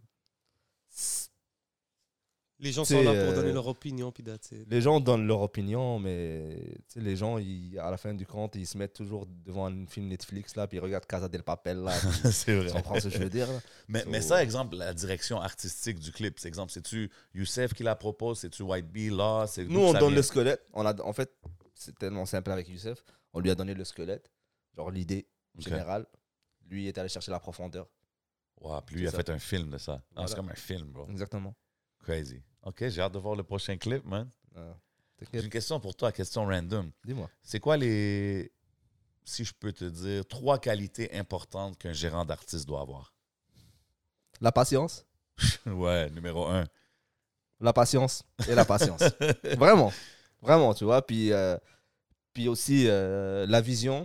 Les gens C'est, sont là pour donner leur opinion, puis that's it. Les gens donnent leur opinion, mais tu sais, les gens, à la fin du compte, ils se mettent toujours devant un film Netflix, là, puis ils regardent Casa del Papel, là. puis C'est tu vrai. comprends ce que je veux dire, là? Mais ça, exemple, la direction artistique du clip, c'est exemple, c'est-tu Youssef qui la propose, c'est-tu White Bee, là? Nous, on donne le squelette. En fait, c'est tellement simple avec Youssef. On lui a donné le squelette, genre l'idée générale. Lui, il est allé chercher la profondeur. Wow, puis lui, il a C'est fait un film de ça. Voilà. C'est comme un film, bro. Exactement. Crazy. OK, j'ai hâte de voir le prochain clip, man. J'ai T'inquiète, une question pour toi, question random. dis-moi. C'est quoi les, si je peux te dire, 3 qualités importantes qu'un gérant d'artiste doit avoir? La patience. Ouais, numéro 1. La patience et la patience. Vraiment. Vraiment, tu vois. Puis aussi, la vision.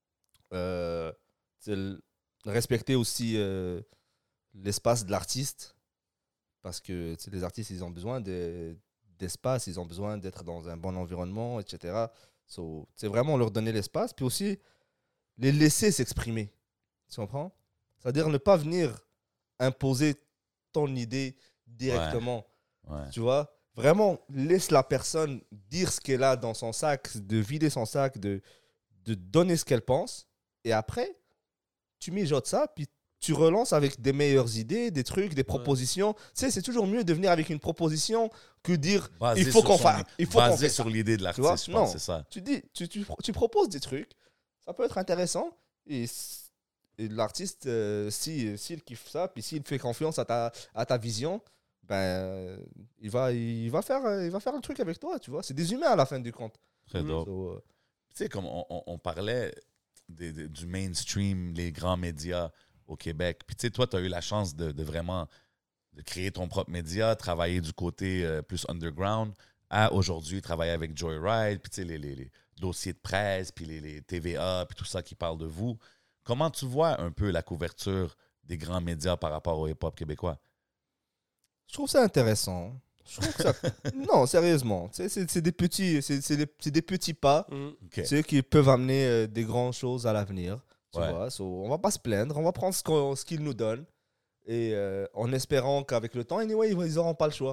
Respecter aussi l'espace de l'artiste. Parce que les artistes, ils ont besoin d'espace, ils ont besoin d'être dans un bon environnement, etc. C'est vraiment leur donner l'espace. Puis aussi, les laisser s'exprimer. Tu comprends? C'est-à-dire ne pas venir imposer ton idée directement. Ouais. Tu vois? Vraiment, laisse la personne dire ce qu'elle a dans son sac, de vider son sac, de donner ce qu'elle pense. Et après, tu mijotes ça, puis tu relances avec des meilleures idées, des trucs, des propositions. Tu sais, c'est toujours mieux de venir avec une proposition que dire Basé il faut sur qu'on son- fasse. Il faut qu'on basé fasse sur ça. l'idée de Tu vois? l'artiste, je pense, Non. c'est ça. Tu dis, tu proposes des trucs, ça peut être intéressant. Et l'artiste, s'il kiffe ça, puis s'il fait confiance à ta vision, ben, il va faire un truc avec toi, tu vois. C'est des humains à la fin du compte. Très dope. So, Tu sais, comme on parlait du mainstream, les grands médias au Québec. Puis tu sais, toi, tu as eu la chance de vraiment de créer ton propre média, travailler du côté plus underground, à aujourd'hui travailler avec Joyride, puis tu sais, les dossiers de presse, puis les TVA, puis tout ça qui parle de vous. Comment tu vois un peu la couverture des grands médias par rapport au hip-hop québécois? je trouve ça intéressant. Je trouve que ça... Non, sérieusement. Tu sais, c'est des petits pas, Mm. OK. tu sais, qui peuvent amener des grandes choses à l'avenir. Tu Ouais. vois. So, on va pas se plaindre. On va prendre ce qu'ils nous donnent. Et en espérant qu'avec le temps, anyway, ils n'auront pas le choix.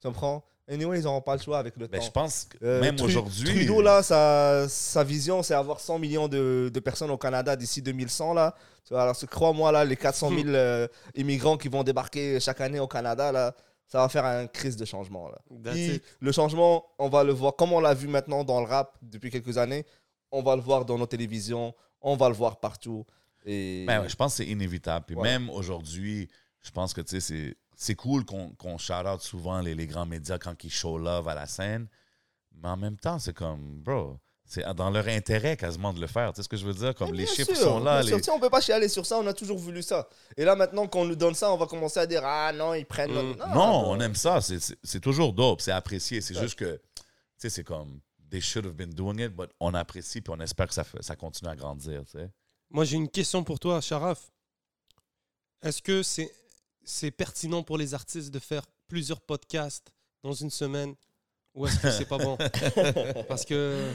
Tu comprends? Anyway, ils n'auront pas le choix avec le Ben, temps. je pense que même aujourd'hui... Trudeau, là, sa vision, c'est avoir 100 millions de personnes au Canada d'ici 2100, là. Tu vois, alors, crois-moi, là, les 400 000 immigrants qui vont débarquer chaque année au Canada, là, ça va faire une crise de changement, là. Puis, le changement, on va le voir, comme on l'a vu maintenant dans le rap depuis quelques années, on va le voir dans nos télévisions, on va le voir partout. Et... Ben, ouais, je pense que c'est inévitable. Puis même aujourd'hui, je pense que, tu sais, c'est cool qu'on shout-out souvent les grands médias quand ils show love à la scène. Mais en même temps, c'est comme, bro, c'est dans leur intérêt quasiment de le faire. Tu sais ce que je veux dire? Comme les chiffres sont là. On ne peut pas chialer sur ça, on a toujours voulu ça. Et là, maintenant qu'on nous donne ça, on va commencer à dire « Ah non, ils prennent... Non, on aime ça. C'est toujours dope, c'est apprécié. C'est juste que, tu sais, c'est comme, they should have been doing it, but on apprécie puis on espère que ça continue à grandir, tu sais. Moi, j'ai une question pour toi, Sharaf. Est-ce que c'est pertinent pour les artistes de faire plusieurs podcasts dans une semaine ou est-ce que c'est pas bon? Parce que...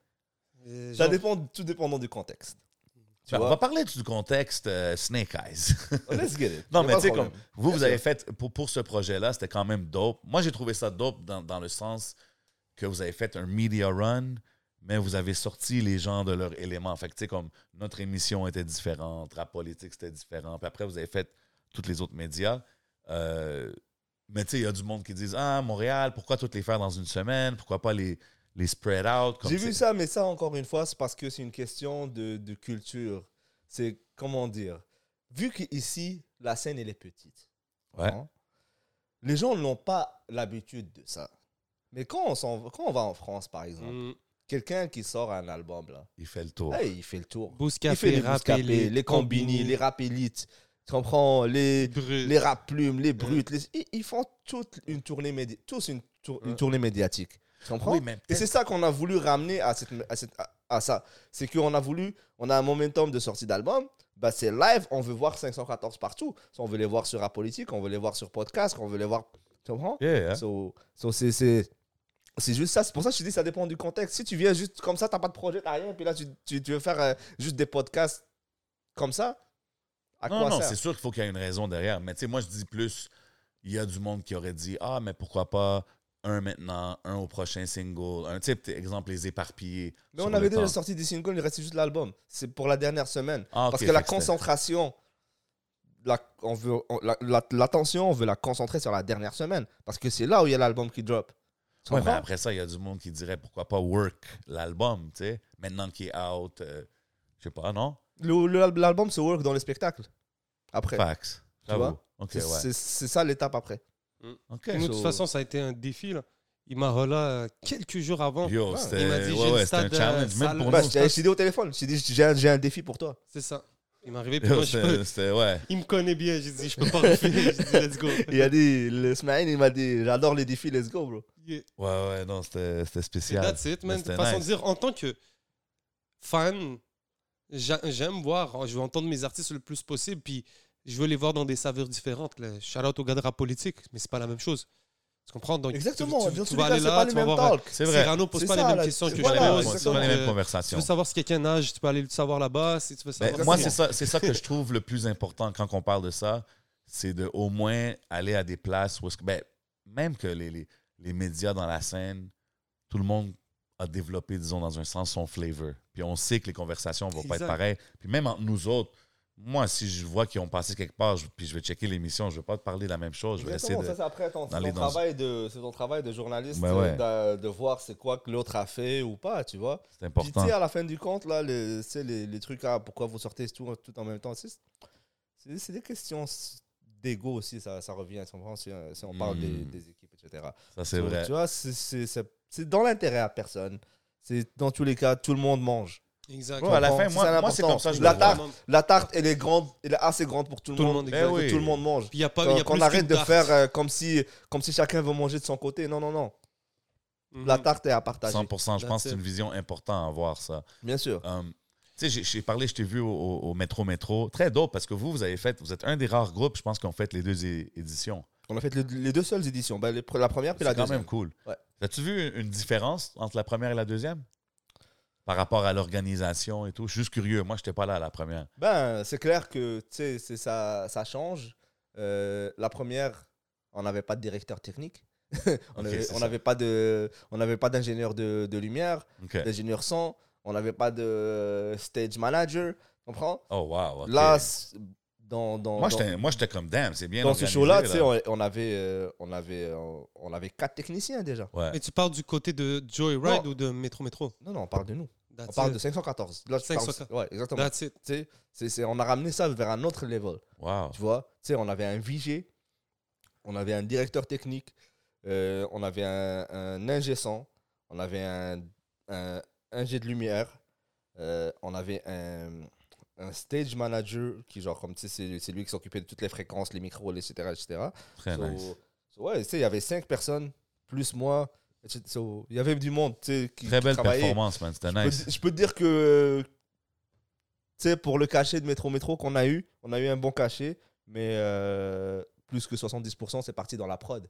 Ça dépend, tout dépendant du contexte. On va parler du contexte Snake Eyes. Let's get it. Non, mais tu sais, comme vous avez fait, pour ce projet-là, c'était quand même dope. Moi, j'ai trouvé ça dope dans le sens que vous avez fait un media run, mais vous avez sorti les gens de leur élément. Fait que, tu sais, comme notre émission était différente, Rap Politique, c'était différent. Puis après, vous avez fait tous les autres médias. Mais tu sais, il y a du monde qui disent « Ah, Montréal, pourquoi toutes les faire dans une semaine? Pourquoi pas les spread out? » J'ai vu ça, mais ça, encore une fois, c'est parce que c'est une question de culture. C'est, comment dire, vu qu'ici, la scène, elle est petite. Ouais. Hein, les gens n'ont pas l'habitude de ça. Mais quand on va en France, par exemple, quelqu'un qui sort un album, là, il fait le tour. Hey, il fait le tour. Bouscapé, il fait les Rap Bouscapé, Élite, les Combini, les Rap Élites. Tu comprends? Les Rap Plumes, les Brutes. Ils font toute une tournée, une tournée médiatique. Tu comprends? Oui, mais et c'est ça qu'on a voulu ramener à ça. C'est qu'on a un momentum de sortie d'album. Bah, c'est live, on veut voir 514 partout. On veut les voir sur Rap Politique, on veut les voir sur podcast, on veut les voir. Tu comprends? Yeah. C'est juste ça. C'est pour ça que je te dis ça dépend du contexte. Si tu viens juste comme ça, tu n'as pas de projet, tu n'as rien, puis là, tu veux faire juste des podcasts comme ça, à quoi Non, ça? c'est sûr qu'il faut qu'il y ait une raison derrière. Mais tu sais, moi, je dis plus, il y a du monde qui aurait dit « Ah, mais pourquoi pas un maintenant, un au prochain single. » Un type, exemple, les éparpillés. Mais on avait déjà sorti des singles, il restait juste l'album. C'est pour la dernière semaine. Ah, parce que la concentration, l'attention, on veut la concentrer sur la dernière semaine. Parce que c'est là où il y a l'album qui drop. Oui, mais après ça, il y a du monde qui dirait pourquoi pas work l'album, tu sais, maintenant qu'il est out, je sais pas, non? L'album se work dans les spectacles. Après. Facts. Tu vois? Okay, c'est ça l'étape après. Okay. Nous, de toute façon, ça a été un défi, là. Il m'a relâché quelques jours avant. Yo, il m'a dit, c'était un challenge. Même pour nous. Je t'ai dit au téléphone. Je t'ai dit, j'ai un défi pour toi. C'est ça. Il m'est arrivé, puis moi, il me connaît bien. J'ai dit, je peux pas refuser. J'ai dit, let's go. Il a dit, le Smaïn, il m'a dit, j'adore les défis, let's go, bro. Yeah. Ouais, non, c'était spécial. That's it, man. De façon de dire, en tant que fan, j'aime voir, je veux entendre mes artistes le plus possible, puis je veux les voir dans des saveurs différentes. Shout out aux gars de Rap Politique, mais c'est pas la même chose. Tu comprends? Donc, exactement. Tu vas aller là, tu vas voir. C'est vrai. Cyrano pose pas les mêmes questions que je pose. C'est pas les mêmes conversations. Tu veux savoir si quelqu'un nage, tu peux aller le savoir là-bas. Si tu veux savoir moi, c'est ça que je trouve le plus important quand on parle de ça, c'est de au moins aller à des places où même que les médias dans la scène, tout le monde a développé, disons, dans un sens, son flavor. Puis on sait que les conversations vont pas être pareilles. Puis même entre nous autres, moi, si je vois qu'ils ont passé quelque part, puis je vais checker l'émission, je ne vais pas te parler de la même chose. Je vais essayer ça, c'est après ton travail de journaliste, de voir c'est quoi que l'autre a fait ou pas, tu vois. C'est important. Puis, tu sais, à la fin du compte, là, les trucs, pourquoi vous sortez tout en même temps, c'est des questions d'ego aussi, ça revient, si on parle des équipes, etc. Ça, c'est vrai. Tu vois, c'est dans l'intérêt à personne. Dans tous les cas, tout le monde mange. Exactement. À la fin, moi c'est comme ça. La tarte, elle est assez grande pour tout le monde. Tout le monde mange. Il y a qu'on arrête de faire comme si chacun veut manger de son côté. Non. La tarte est à partager. 100%. Je pense que c'est une vision importante à avoir, ça. Bien sûr. Tu sais, j'ai parlé, je t'ai vu au Métro. Très dope parce que vous êtes un des rares groupes, je pense, qui ont fait les 2 éditions. On a fait les 2 seules éditions. La première puis la deuxième. C'est quand même cool. Ouais. As-tu vu une différence entre la première et la deuxième? Par rapport à l'organisation et tout. Je suis juste curieux. Moi, je n'étais pas là à la première. C'est clair que ça change. La première, on n'avait pas de directeur technique. On n'avait pas d'ingénieur de lumière, OK. d'ingénieur son, on n'avait pas de stage manager, tu comprends? Oh, wow. OK. Là, Moi, j'étais comme damn, c'est bien dans ce organisé, show-là, là. tu sais, on avait 4 techniciens déjà. Ouais. Mais tu parles du côté de Joyride Non. ou de Métro Métro? Non, on parle de nous. On That's parle it. de 514. Là, je parle- 514. Ouais, exactement. That's it. Tu sais, on a ramené ça vers un autre level. Wow. Tu vois, tu sais, on avait un VG, on avait un directeur technique, on avait un ingé son, on avait un ingé de lumière, on avait un stage manager qui, genre, comme tu sais, c'est lui qui s'occupait de toutes les fréquences, les micros, etc. etc. Très nice. Ouais, tu sais, il y avait 5 personnes, plus moi. Il y avait du monde, tu sais, qui Très belle travaillait. performance, man. C'était nice. Je peux te dire que, tu sais, pour le cachet de Métro qu'on a eu, on a eu un bon cachet, mais plus que 70%, c'est parti dans la prod.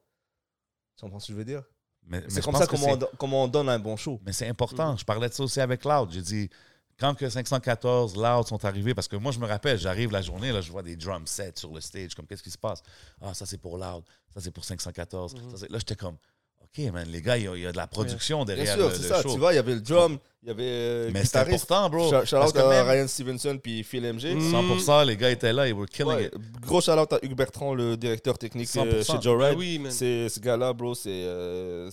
Tu comprends ce que je veux dire? Mais C'est je comme pense ça que comment on donne un bon show. Mais c'est important. Je parlais de ça aussi avec Loud. J'ai dit, quand que 514 Loud sont arrivés, parce que moi, je me rappelle, j'arrive la journée, là, je vois des drum sets sur le stage. Comme, qu'est-ce qui se passe? Ah, ça, c'est pour Loud. Ça, c'est pour 514. Là, j'étais comme, OK, man, les gars, il y a de la production Bien derrière sûr, le c'est ça. show. Tu vois, il y avait le drum, il y avait Mais c'est important, bro. Shout Parce out que à même Ryan Stevenson puis Phil MG. 100%, les gars étaient là, ils were killing Ouais, it. gros shout out à Hugues Bertrand, le directeur technique 100%. chez Joe Ride. Ben oui, man. C'est ce gars-là, bro, c'est un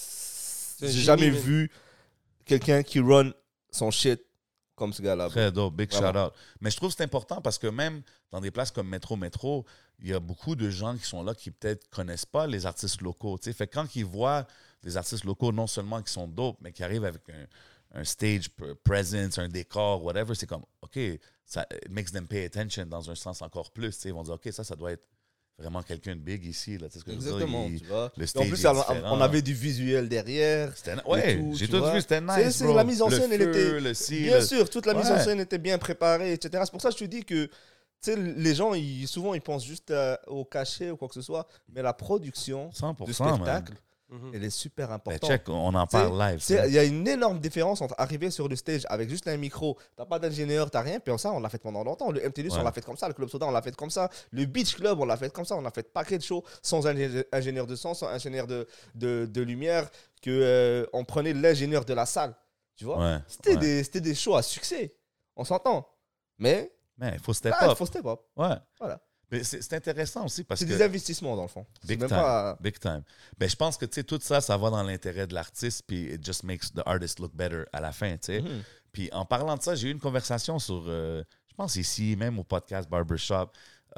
j'ai génie, jamais man. vu quelqu'un qui run son shit comme ce gars-là. bro. Très dope, big Vraiment. shout-out. Mais je trouve que c'est important parce que même dans des places comme Métro, il y a beaucoup de gens qui sont là qui peut-être connaissent pas les artistes locaux. T'sais. Fait que quand ils voient des artistes locaux, non seulement qui sont dope, mais qui arrivent avec un stage presence, un décor, whatever, c'est comme, OK, ça it makes them pay attention dans un sens encore plus. T'sais. Ils vont dire, OK, ça doit être vraiment quelqu'un de big ici. Là. Tu sais ce que je veux dire? Exactement, tu vois. Le Et en stage plus, est différent. on avait du visuel derrière. Ouais, tout, j'ai tu tout vois. vu, c'était nice, C'est bro. la mise en Le scène, elle feu, était... le ci, Bien le- sûr, toute la mise en Ouais. scène était bien préparée, etc. C'est pour ça que je te dis que, tu sais, les gens, souvent, ils pensent juste au cachet ou quoi que ce soit, mais la production 100%, du man. spectacle, Mhm. elle est super Ben, importante. check, on en parle live. Il y a une énorme différence entre arriver sur le stage avec juste un micro, t'as pas d'ingénieur, t'as rien, puis ça, on l'a fait pendant longtemps. Le MTLUS, Ouais. on l'a fait comme ça, le Club Soda, on l'a fait comme ça, le Beach Club, on l'a fait comme ça, on a fait paquet de shows sans ingénieur de son, sans ingénieur de lumière, que on prenait l'ingénieur de la salle, tu vois. Ouais, C'était ouais. des shows à succès, on s'entend. Mais Mais il faut step il up. faut step up. Ouais. Voilà. Mais c'est intéressant aussi parce C'est que. des investissements dans le fond. C'est Big même time. pas... Big time. Ben, je pense que tu sais, tout ça, ça va dans l'intérêt de l'artiste, puis it just makes the artist look better à la fin. Tu sais. Mhm. Puis en parlant de ça, j'ai eu une conversation sur, je pense ici, même au podcast Barbershop,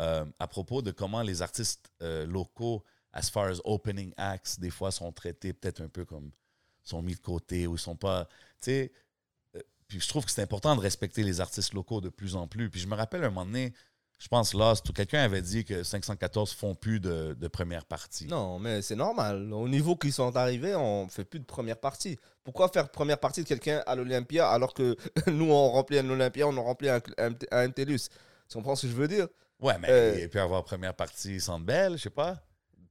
à propos de comment les artistes locaux, as far as opening acts, des fois sont traités peut-être un peu comme, sont mis de côté ou sont pas, tu sais. Puis je trouve que c'est important de respecter les artistes locaux de plus en plus. Puis je me rappelle un moment donné, je pense Lost, où quelqu'un avait dit que 514 font plus de première partie. Non, mais c'est normal. Au niveau qu'ils sont arrivés, on ne fait plus de première partie. Pourquoi faire première partie de quelqu'un à l'Olympia alors que nous, on remplit un Olympia, on remplit un MTLUS? Tu comprends ce que je veux dire? Ouais, mais il peut y avoir première partie Centre Bell, je sais pas.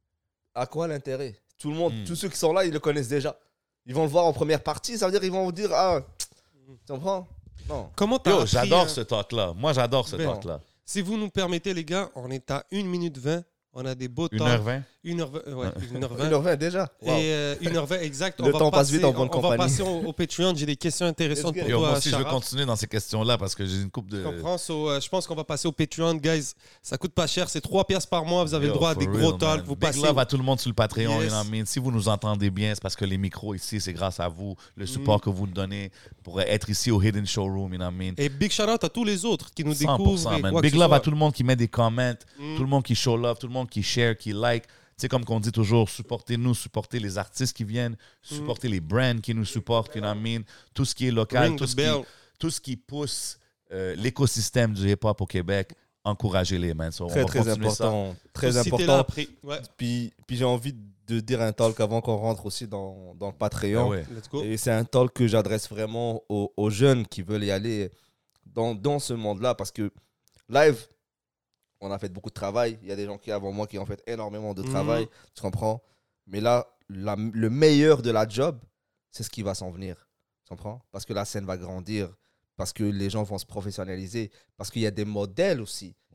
À quoi l'intérêt? Tout le monde, Hmm. tous ceux qui sont là, ils le connaissent déjà. Ils vont le voir en première partie, ça veut dire qu'ils vont vous dire, ah, tu comprends? Non. Comment t'as Yo, appris, j'adore ce talk-là. Moi, j'adore ce Ben, talk-là. Si vous nous permettez, les gars, on est à 1 minute 20. On a des beaux temps. 1h20. 1h20, ouais, 1h20. 1h20 déjà. Wow. Et 1h20 exact. Le temps passe vite en bonne On va compagnie. passer au Patreon. J'ai des questions intéressantes Let's pour go. Yo, toi, moi aussi, je veux Sharaf. continuer dans ces questions-là parce que j'ai une coupe de. Je comprends. Je pense qu'on va passer au Patreon, guys. Ça coûte pas cher. C'est 3 piastres par mois. Vous avez Yo, le droit à for des real, gros man. talks. Vous Big passez. love à tout le monde sur le Patreon. Yes. You know what I mean? Si vous nous entendez bien, c'est parce que les micros ici, c'est grâce à vous, le support que vous nous donnez pour être ici au Hidden Showroom. You know what I mean? Et big shout out à tous les autres qui nous découvrent. 100%, et man. quoi que Big ce love à soit. tout le monde qui met des comments, Mm. tout le monde qui show love, tout le monde qui share, qui like. Tu sais, comme qu'on dit toujours, supportez-nous, supportez les artistes qui viennent, supportez les brands qui nous supportent, you know what I mean? Tout ce qui est local, Ring the bell. tout ce qui pousse l'écosystème du hip-hop au Québec, encouragez-les, man. So, on Très, va très continuer ça. important. Très Faut citer important. là après. Ouais. Puis j'ai envie de dire un talk avant qu'on rentre aussi dans le Patreon. Ah ouais. Let's go. Et c'est un talk que j'adresse vraiment aux jeunes qui veulent y aller dans ce monde-là. Parce que live, on a fait beaucoup de travail. Il y a des gens qui avant moi qui ont fait énormément de travail. Tu comprends? Mais là, le meilleur de la job, c'est ce qui va s'en venir. Tu comprends? Parce que la scène va grandir. Parce que les gens vont se professionnaliser. Parce qu'il y a des modèles aussi.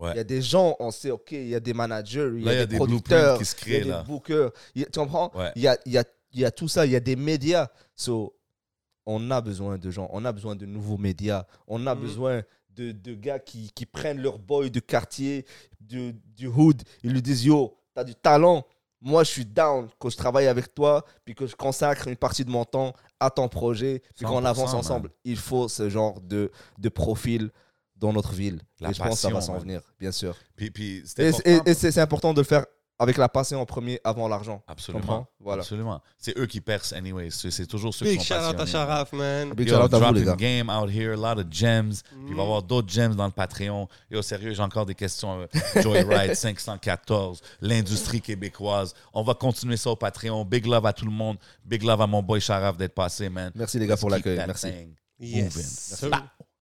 Il y a des gens, on sait, OK, il y a des managers, il y a des producteurs qui se créent, il y a des bookers. Tu comprends? Il y a tout ça, il y a des médias. So, on a besoin de gens, on a besoin de nouveaux médias, on a besoin de gars qui prennent leur boy de quartier, du hood, ils lui disent, yo, t'as du talent. Moi, je suis down que je travaille avec toi, puis que je consacre une partie de mon temps à ton projet, puis qu'on avance ensemble. Man. Il faut ce genre de profil dans notre ville. Et je pense que ça va s'en venir, bien sûr. Puis c'est important de le faire avec la passion en premier avant l'argent. Absolument. Voilà. Absolument. C'est eux qui percent anyway. C'est toujours ceux Big qui sont passionnés. Big shout out à Sharaf, man. Big shout out à vous, les gars. Game out here, a lot of gems. Puis il va y avoir d'autres gems dans le Patreon. Yo, sérieux, j'ai encore des questions. Joyride 514, l'industrie québécoise. On va continuer ça au Patreon. Big love à tout le monde. Big love à mon boy Sharaf d'être passé, man. Merci les gars pour l'accueil. Merci. Yes. Merci.